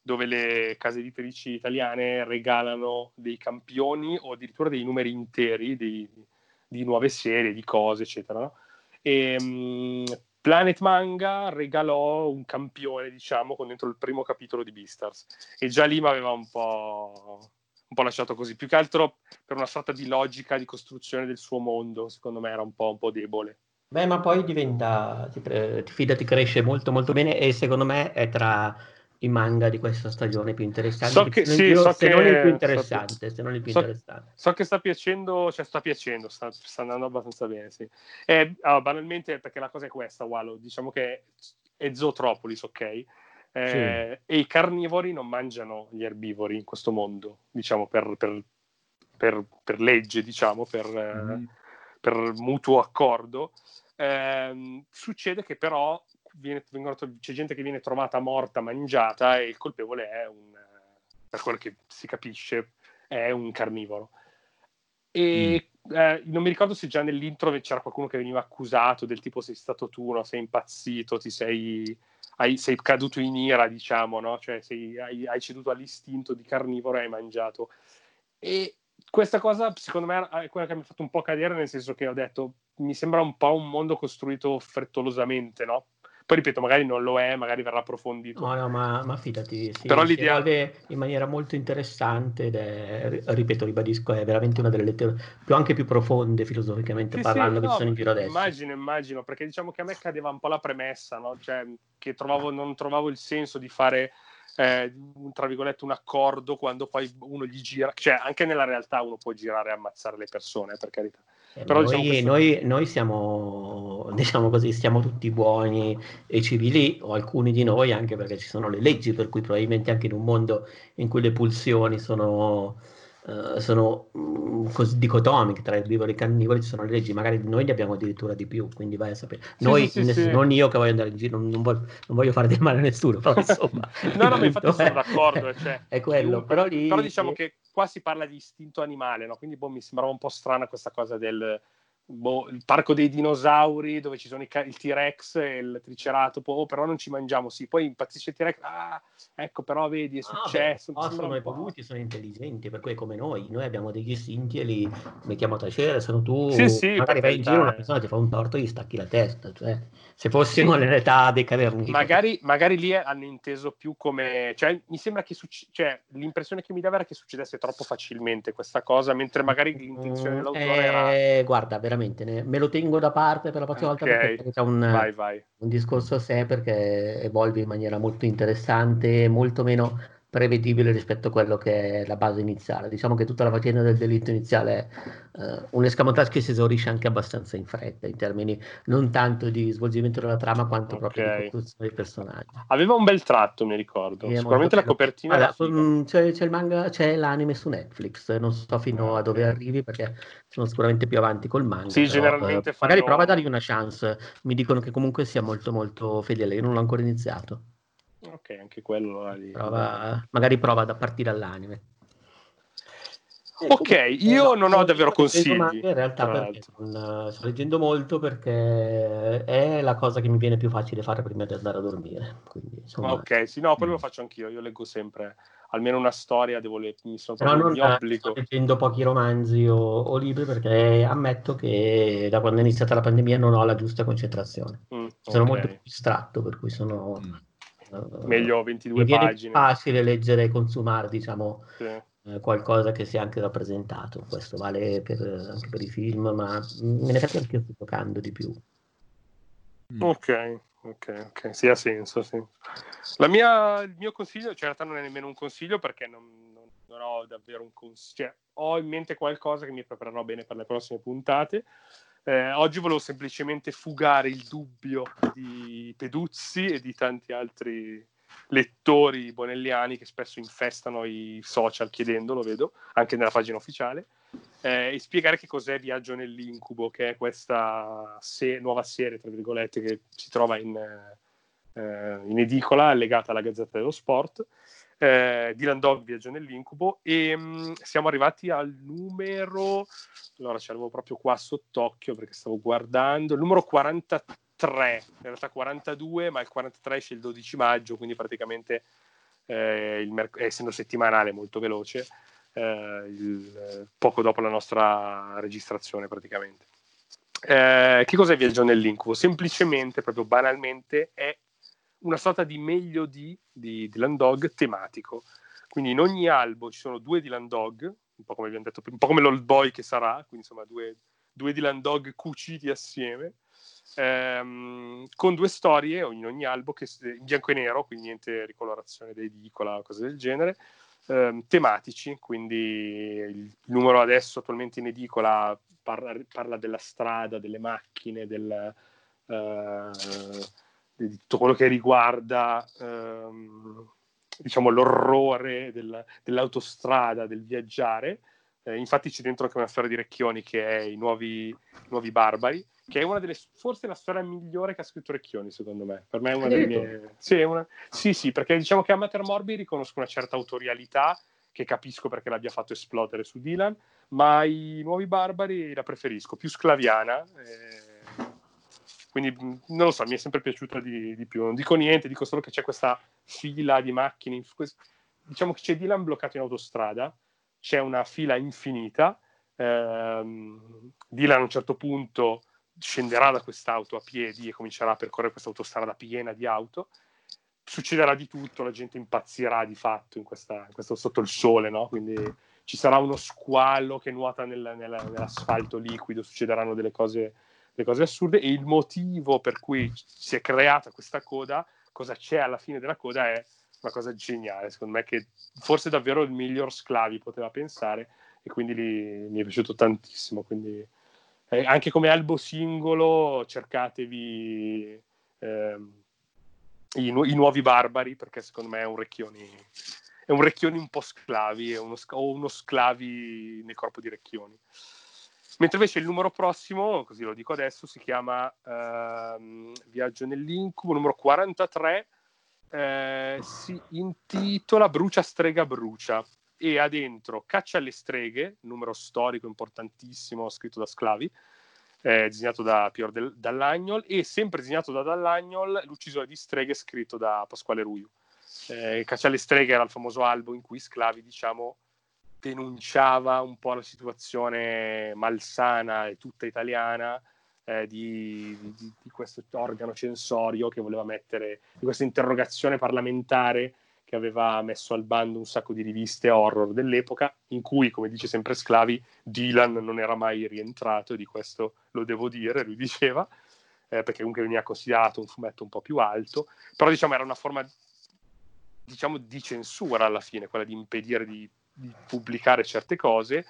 dove le case editrici italiane regalano dei campioni o addirittura dei numeri interi di, di nuove serie, di cose, eccetera, no? E um, Planet Manga regalò un campione, diciamo, con dentro il primo capitolo di Beastars, e già lì mi aveva un po', un po' lasciato così, più che altro per una sorta di logica di costruzione del suo mondo, secondo me era un po', un po' debole. Beh, ma poi diventa, ti, pre- ti fidati, cresce molto molto bene e secondo me è tra i manga di questa stagione più interessanti, So che, se non, sì, io- so se non il più che, interessante, se non il più so, interessante. so che sta piacendo, cioè sta piacendo, sta, sta andando abbastanza bene, sì. E, allora, banalmente, perché la cosa è questa, Wallo, diciamo che è Zootropolis, ok? Eh, Sì. E i carnivori non mangiano gli erbivori in questo mondo, diciamo, per, per, per, per legge, diciamo, per, Mm. per mutuo accordo. Eh, succede che però viene, vengono, c'è gente che viene trovata morta, mangiata, e il colpevole è un, per quello che si capisce, è un carnivoro. E mm. eh, non mi ricordo se già nell'intro c'era qualcuno che veniva accusato del tipo sei stato tu, no? Sei impazzito, ti sei, hai, sei caduto in ira, diciamo, no? Cioè sei, hai, hai ceduto all'istinto di carnivoro e hai mangiato. E questa cosa, secondo me, è quella che mi ha fatto un po' cadere, nel senso che ho detto, mi sembra un po' un mondo costruito frettolosamente, no? Poi ripeto, magari non lo è, magari verrà approfondito. No, no, ma, ma fidati, Però si, si l'idea... evolve in maniera molto interessante ed è, ripeto, ribadisco, è veramente una delle letture più, anche più profonde filosoficamente Sì, sì, parlando che ci no, sono in giro adesso. immagino, immagino, perché diciamo che a me cadeva un po' la premessa, no? Cioè, che trovavo, non trovavo il senso di fare, eh, tra virgolette, un accordo quando poi uno gli gira, cioè anche nella realtà uno può girare e ammazzare le persone, per carità. Eh, ma Però noi, diciamo questo... noi, noi siamo, diciamo così, siamo tutti buoni e civili, o alcuni di noi, anche perché ci sono le leggi, per cui probabilmente anche in un mondo in cui le pulsioni sono, eh, sono mh, così dicotomiche tra erbivori e carnivori, ci sono le leggi, magari noi ne abbiamo addirittura di più, quindi vai a sapere. Sì, sì, Noi, sì, ness- sì. non io che voglio andare in giro, non, non voglio, non voglio fare del male a nessuno, però insomma, No, il no, ma infatti punto sono è, d'accordo, cioè, è quello. chiunque... Però Però lì... diciamo che qua si parla di istinto animale, no? Quindi boh, mi sembrava un po' strana questa cosa del... Boh, il parco dei dinosauri dove ci sono i, il T-Rex e il Triceratopo, oh, però non ci mangiamo, sì, poi impazzisce il T-Rex, ah, ecco, però vedi, è Ah, beh, successo, mi però sembra sono un po'... evoluti, sono intelligenti, per cui è come noi, noi abbiamo degli istinti e li mettiamo a tacere, se no Sì, tu sì, per magari vai in giro, una carità, eh. persona ti fa un torto e gli stacchi la testa, cioè se Sì, fossimo nell'età dei cavernicoli. magari, magari lì hanno inteso più come... Cioè, mi sembra che succe... cioè, l'impressione che mi dava era che succedesse troppo facilmente questa cosa, mentre magari l'intenzione Mm, dell'autore era... eh, guarda, veramente, ne- me lo tengo da parte per la prossima volta perché Ok, c'è un, vai, vai. un discorso a sé, perché evolve in maniera molto interessante, molto meno prevedibile rispetto a quello che è la base iniziale. Diciamo che tutta la faccenda del delitto iniziale è eh, un escamotage che si esaurisce anche abbastanza in fretta, in termini non tanto di svolgimento della trama quanto proprio di Ok. costruzione dei personaggi. Aveva un bel tratto, mi ricordo. Sì, è molto Sicuramente la bello. copertina era Guarda, figa. mm, c'è c'è il manga, c'è l'anime su Netflix, non so fino Ah, a dove ok. arrivi perché sono sicuramente più avanti col manga, Sì, però eh, generalmente magari prova a dargli fanno... una chance. Mi dicono che comunque sia molto molto fedele, io non l'ho ancora iniziato. Ok, anche quello là lì, andrò. Prova, magari prova da partire all'anime. Eh, Ok, comunque, eh, io no, non ho io davvero sto leggendo manga consigli, in realtà tra perché l'altro. non, sto leggendo molto perché è la cosa che mi viene più facile fare prima di andare a dormire. Quindi, insomma, Ok, sì, no, quello lo Mm. faccio anch'io. Io leggo sempre almeno una storia, devo le... mi sono però proprio, non mi sto obbligo. leggendo pochi romanzi o, o libri perché ammetto che da quando è iniziata la pandemia non ho la giusta concentrazione. Mm, Sono ok, molto più distratto, per cui sono, Mm. eh, meglio mi ventidue viene più pagine. facile leggere e consumare, diciamo, Sì. eh, qualcosa che sia anche rappresentato. Questo vale per- anche per i film, ma mm, in effetti anche io sto giocando di più. Mm. Ok, ok, ok, sì, ha senso, sì. La mia, il mio consiglio, cioè in realtà non è nemmeno un consiglio perché non, non- non ho davvero un consiglio, cioè ho in mente qualcosa che mi preparerò bene per le prossime puntate. Eh, oggi volevo semplicemente fugare il dubbio di Peduzzi e di tanti altri lettori bonelliani che spesso infestano i social chiedendolo, vedo, anche nella pagina ufficiale. Eh, e spiegare che cos'è Viaggio nell'incubo, che è questa se- nuova serie, tra virgolette, che si trova in, eh, in edicola, legata alla Gazzetta dello Sport. Eh, Dylan Dog Viaggio nell'incubo, e mh, siamo arrivati al numero, allora ce l'avevo proprio qua sott'occhio perché stavo guardando, il numero quarantatré, in realtà quarantadue, ma il quarantatré esce il dodici maggio, quindi praticamente eh, il merc- essendo settimanale molto veloce, eh, il, poco dopo la nostra registrazione praticamente. Eh, che cos'è Viaggio nell'Incubo? Semplicemente, proprio banalmente, è una sorta di meglio di, di Dylan Dog tematico. Quindi in ogni albo ci sono due Dylan Dog, un po' come abbiamo detto, un po' come l'Old Boy che sarà, quindi insomma due, due Dylan Dog cuciti assieme, ehm, con due storie in ogni albo, che, in bianco e nero, quindi niente ricolorazione da edicola o cose del genere, ehm, tematici, quindi il numero adesso attualmente in edicola parla, parla della strada, delle macchine, del, eh, di tutto quello che riguarda ehm, diciamo l'orrore del, dell'autostrada, del viaggiare. Eh, infatti c'è dentro anche una storia di Recchioni che è I Nuovi, i nuovi Barbari, che è una delle, forse la storia migliore che ha scritto Recchioni, secondo me. Per me è una delle mie... Sì, è una... sì, sì, perché diciamo che a Mater Morbi riconosco una certa autorialità, che capisco perché l'abbia fatto esplodere su Dylan, ma I Nuovi Barbari la preferisco, più sclaviana. Eh... Quindi non lo so, mi è sempre piaciuta di, di più. Non dico niente, dico solo che c'è questa fila di macchine. Diciamo che c'è Dylan bloccato in autostrada, c'è una fila infinita. Ehm, Dylan a un certo punto scenderà da quest'auto a piedi e comincerà a percorrere questa autostrada piena di auto. Succederà di tutto, la gente impazzirà di fatto in questa, in questo, sotto il sole, no? Quindi ci sarà uno squalo che nuota nel, nel, nell'asfalto liquido, succederanno delle cose, delle cose assurde, e il motivo per cui si è creata questa coda, cosa c'è alla fine della coda, è una cosa geniale, secondo me, che forse davvero il miglior Sclavi poteva pensare, e quindi lì, mi è piaciuto tantissimo. Quindi eh, anche come albo singolo cercatevi ehm, i, nu- i nuovi Barbari, perché secondo me è un Recchioni è un Recchioni un po' Sclavi, è uno, o uno Sclavi nel corpo di Recchioni. Mentre invece il numero prossimo, così lo dico adesso, si chiama ehm, Viaggio nell'Incubo, numero quarantatré, eh, si intitola Brucia strega brucia, e ha dentro Caccia alle streghe, numero storico importantissimo scritto da Sclavi, eh, disegnato da Pier del, Dall'Agnol, e sempre disegnato da Dall'Agnol L'uccisore di streghe scritto da Pasquale Ruiu. Eh, Caccia alle streghe era il famoso albo in cui Sclavi, diciamo, denunciava un po' la situazione malsana e tutta italiana eh, di, di, di questo organo censorio che voleva mettere, di questa interrogazione parlamentare che aveva messo al bando un sacco di riviste horror dell'epoca, in cui, come dice sempre Sclavi, Dylan non era mai rientrato, e di questo lo devo dire, lui diceva, eh, perché comunque veniva considerato un fumetto un po' più alto, però diciamo era una forma, diciamo, di censura alla fine, quella di impedire di, di pubblicare certe cose,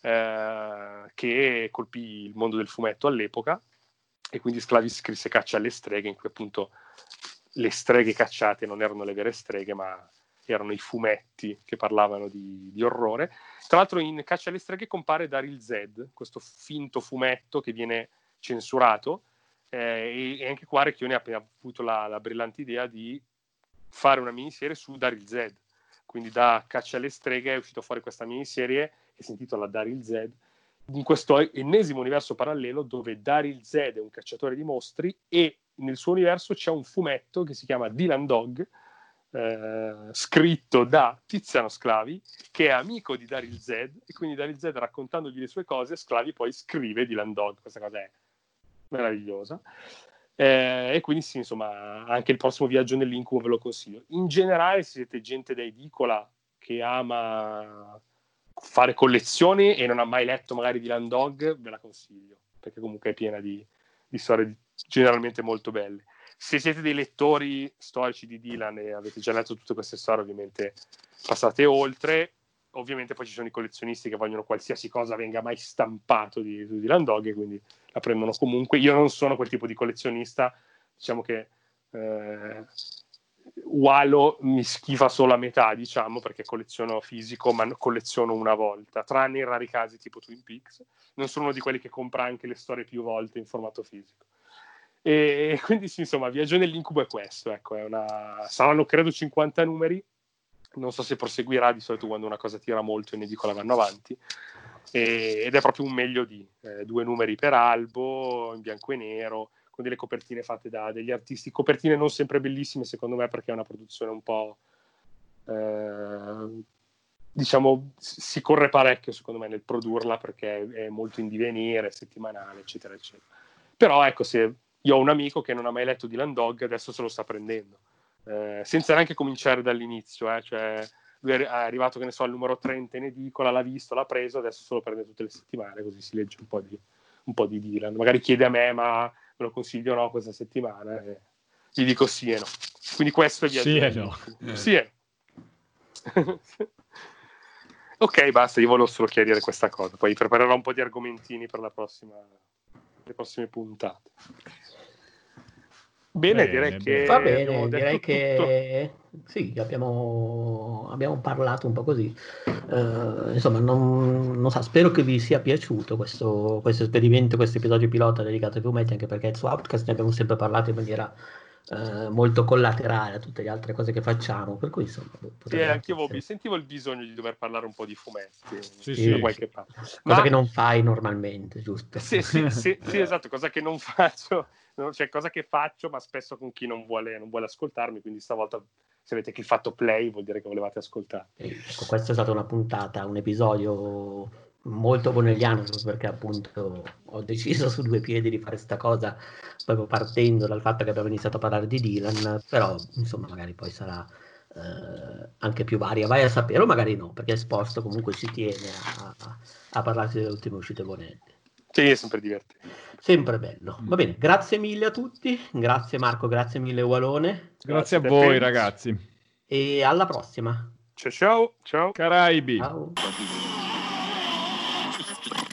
eh, che colpì il mondo del fumetto all'epoca, e quindi Sclavi scrisse Caccia alle streghe, in cui appunto le streghe cacciate non erano le vere streghe, ma erano i fumetti che parlavano di, di orrore. Tra l'altro in Caccia alle streghe compare Daryl Z, questo finto fumetto che viene censurato, eh, e, e anche qua Recchioni ha appena avuto la, la brillante idea di fare una miniserie su Daryl Z. Quindi da Caccia alle streghe è uscito fuori questa miniserie che si intitola Daryl Z, in questo ennesimo universo parallelo dove Daryl Z è un cacciatore di mostri, e nel suo universo c'è un fumetto che si chiama Dylan Dog, eh, scritto da Tiziano Sclavi, che è amico di Daryl Z, e quindi Daryl Z, raccontandogli le sue cose, Sclavi poi scrive Dylan Dog. Questa cosa è meravigliosa. Eh, e quindi sì, insomma, anche il prossimo Viaggio nell'Incubo ve lo consiglio. In generale, se siete gente da edicola che ama fare collezioni e non ha mai letto magari Dylan Dog, ve la consiglio, perché comunque è piena di, di storie generalmente molto belle. Se siete dei lettori storici di Dylan e avete già letto tutte queste storie, ovviamente passate oltre. Ovviamente poi ci sono i collezionisti che vogliono qualsiasi cosa venga mai stampato di, di Dylan Dog, e quindi la prendono comunque. Io non sono quel tipo di collezionista, diciamo che eh, Walo mi schifa solo a metà, diciamo, perché colleziono fisico, ma colleziono una volta, tranne in rari casi tipo Twin Peaks. Non sono uno di quelli che compra anche le storie più volte in formato fisico. E quindi sì, insomma, Viaggio nell'Incubo è questo, ecco, è una... saranno credo cinquanta numeri, non so se proseguirà, di solito quando una cosa tira molto in edicola vanno avanti, e... ed è proprio un meglio di eh, due numeri per albo, in bianco e nero, con delle copertine fatte da degli artisti, copertine non sempre bellissime secondo me, perché è una produzione un po', eh, diciamo si corre parecchio secondo me nel produrla, perché è molto in divenire, settimanale, eccetera eccetera. Però ecco, se io ho un amico che non ha mai letto Dylan Dog, adesso se lo sta prendendo, eh, senza neanche cominciare dall'inizio, eh, cioè lui è arrivato, che ne so, al numero trenta in edicola, l'ha visto, l'ha preso, adesso se lo prende tutte le settimane, così si legge un po' di, un po' di Dylan. Magari chiede a me, ma me lo consiglio o no questa settimana? E gli dico sì e no. Quindi questo è via. Sì e no. Sì e no. Ok, basta, io volevo solo chiarire questa cosa, poi preparerò un po' di argomentini per la prossima, le prossime puntate. Bene, Bene, direi che Va abbiamo bene, detto direi tutto. che sì, abbiamo, abbiamo parlato un po' così. Eh, insomma, non, non so, spero che vi sia piaciuto questo, questo esperimento, questo episodio pilota dedicato ai fumetti, anche perché su Outcast ne abbiamo sempre parlato in maniera eh, molto collaterale a tutte le altre cose che facciamo, per cui insomma Sì, potrebbe anche anche io essere sentivo il bisogno di dover parlare un po' di fumetti Sì, sì, da sì. qualche sì. parte. Cosa Ma che non fai normalmente, giusto? sì, sì, sì, sì, esatto, cosa che non faccio, no? Cioè cosa che faccio, ma spesso con chi non vuole, non vuole ascoltarmi, quindi stavolta se avete cliccato play vuol dire che volevate ascoltare. E, ecco, questa è stata una puntata, un episodio molto bonelliano, proprio perché appunto ho deciso su due piedi di fare sta cosa proprio partendo dal fatto che abbiamo iniziato a parlare di Dylan, però insomma magari poi sarà eh, anche più varia, vai a sapere, o magari no, perché Esposto comunque ci tiene a, a, a parlarsi delle ultime uscite Bonelli. Sì, è sempre divertente. Sempre bello. Va bene, grazie mille a tutti, grazie Marco, grazie mille Walone. Grazie a te, voi, Felix. ragazzi. E alla prossima. Ciao ciao. Ciao. Caraibi. Ciao.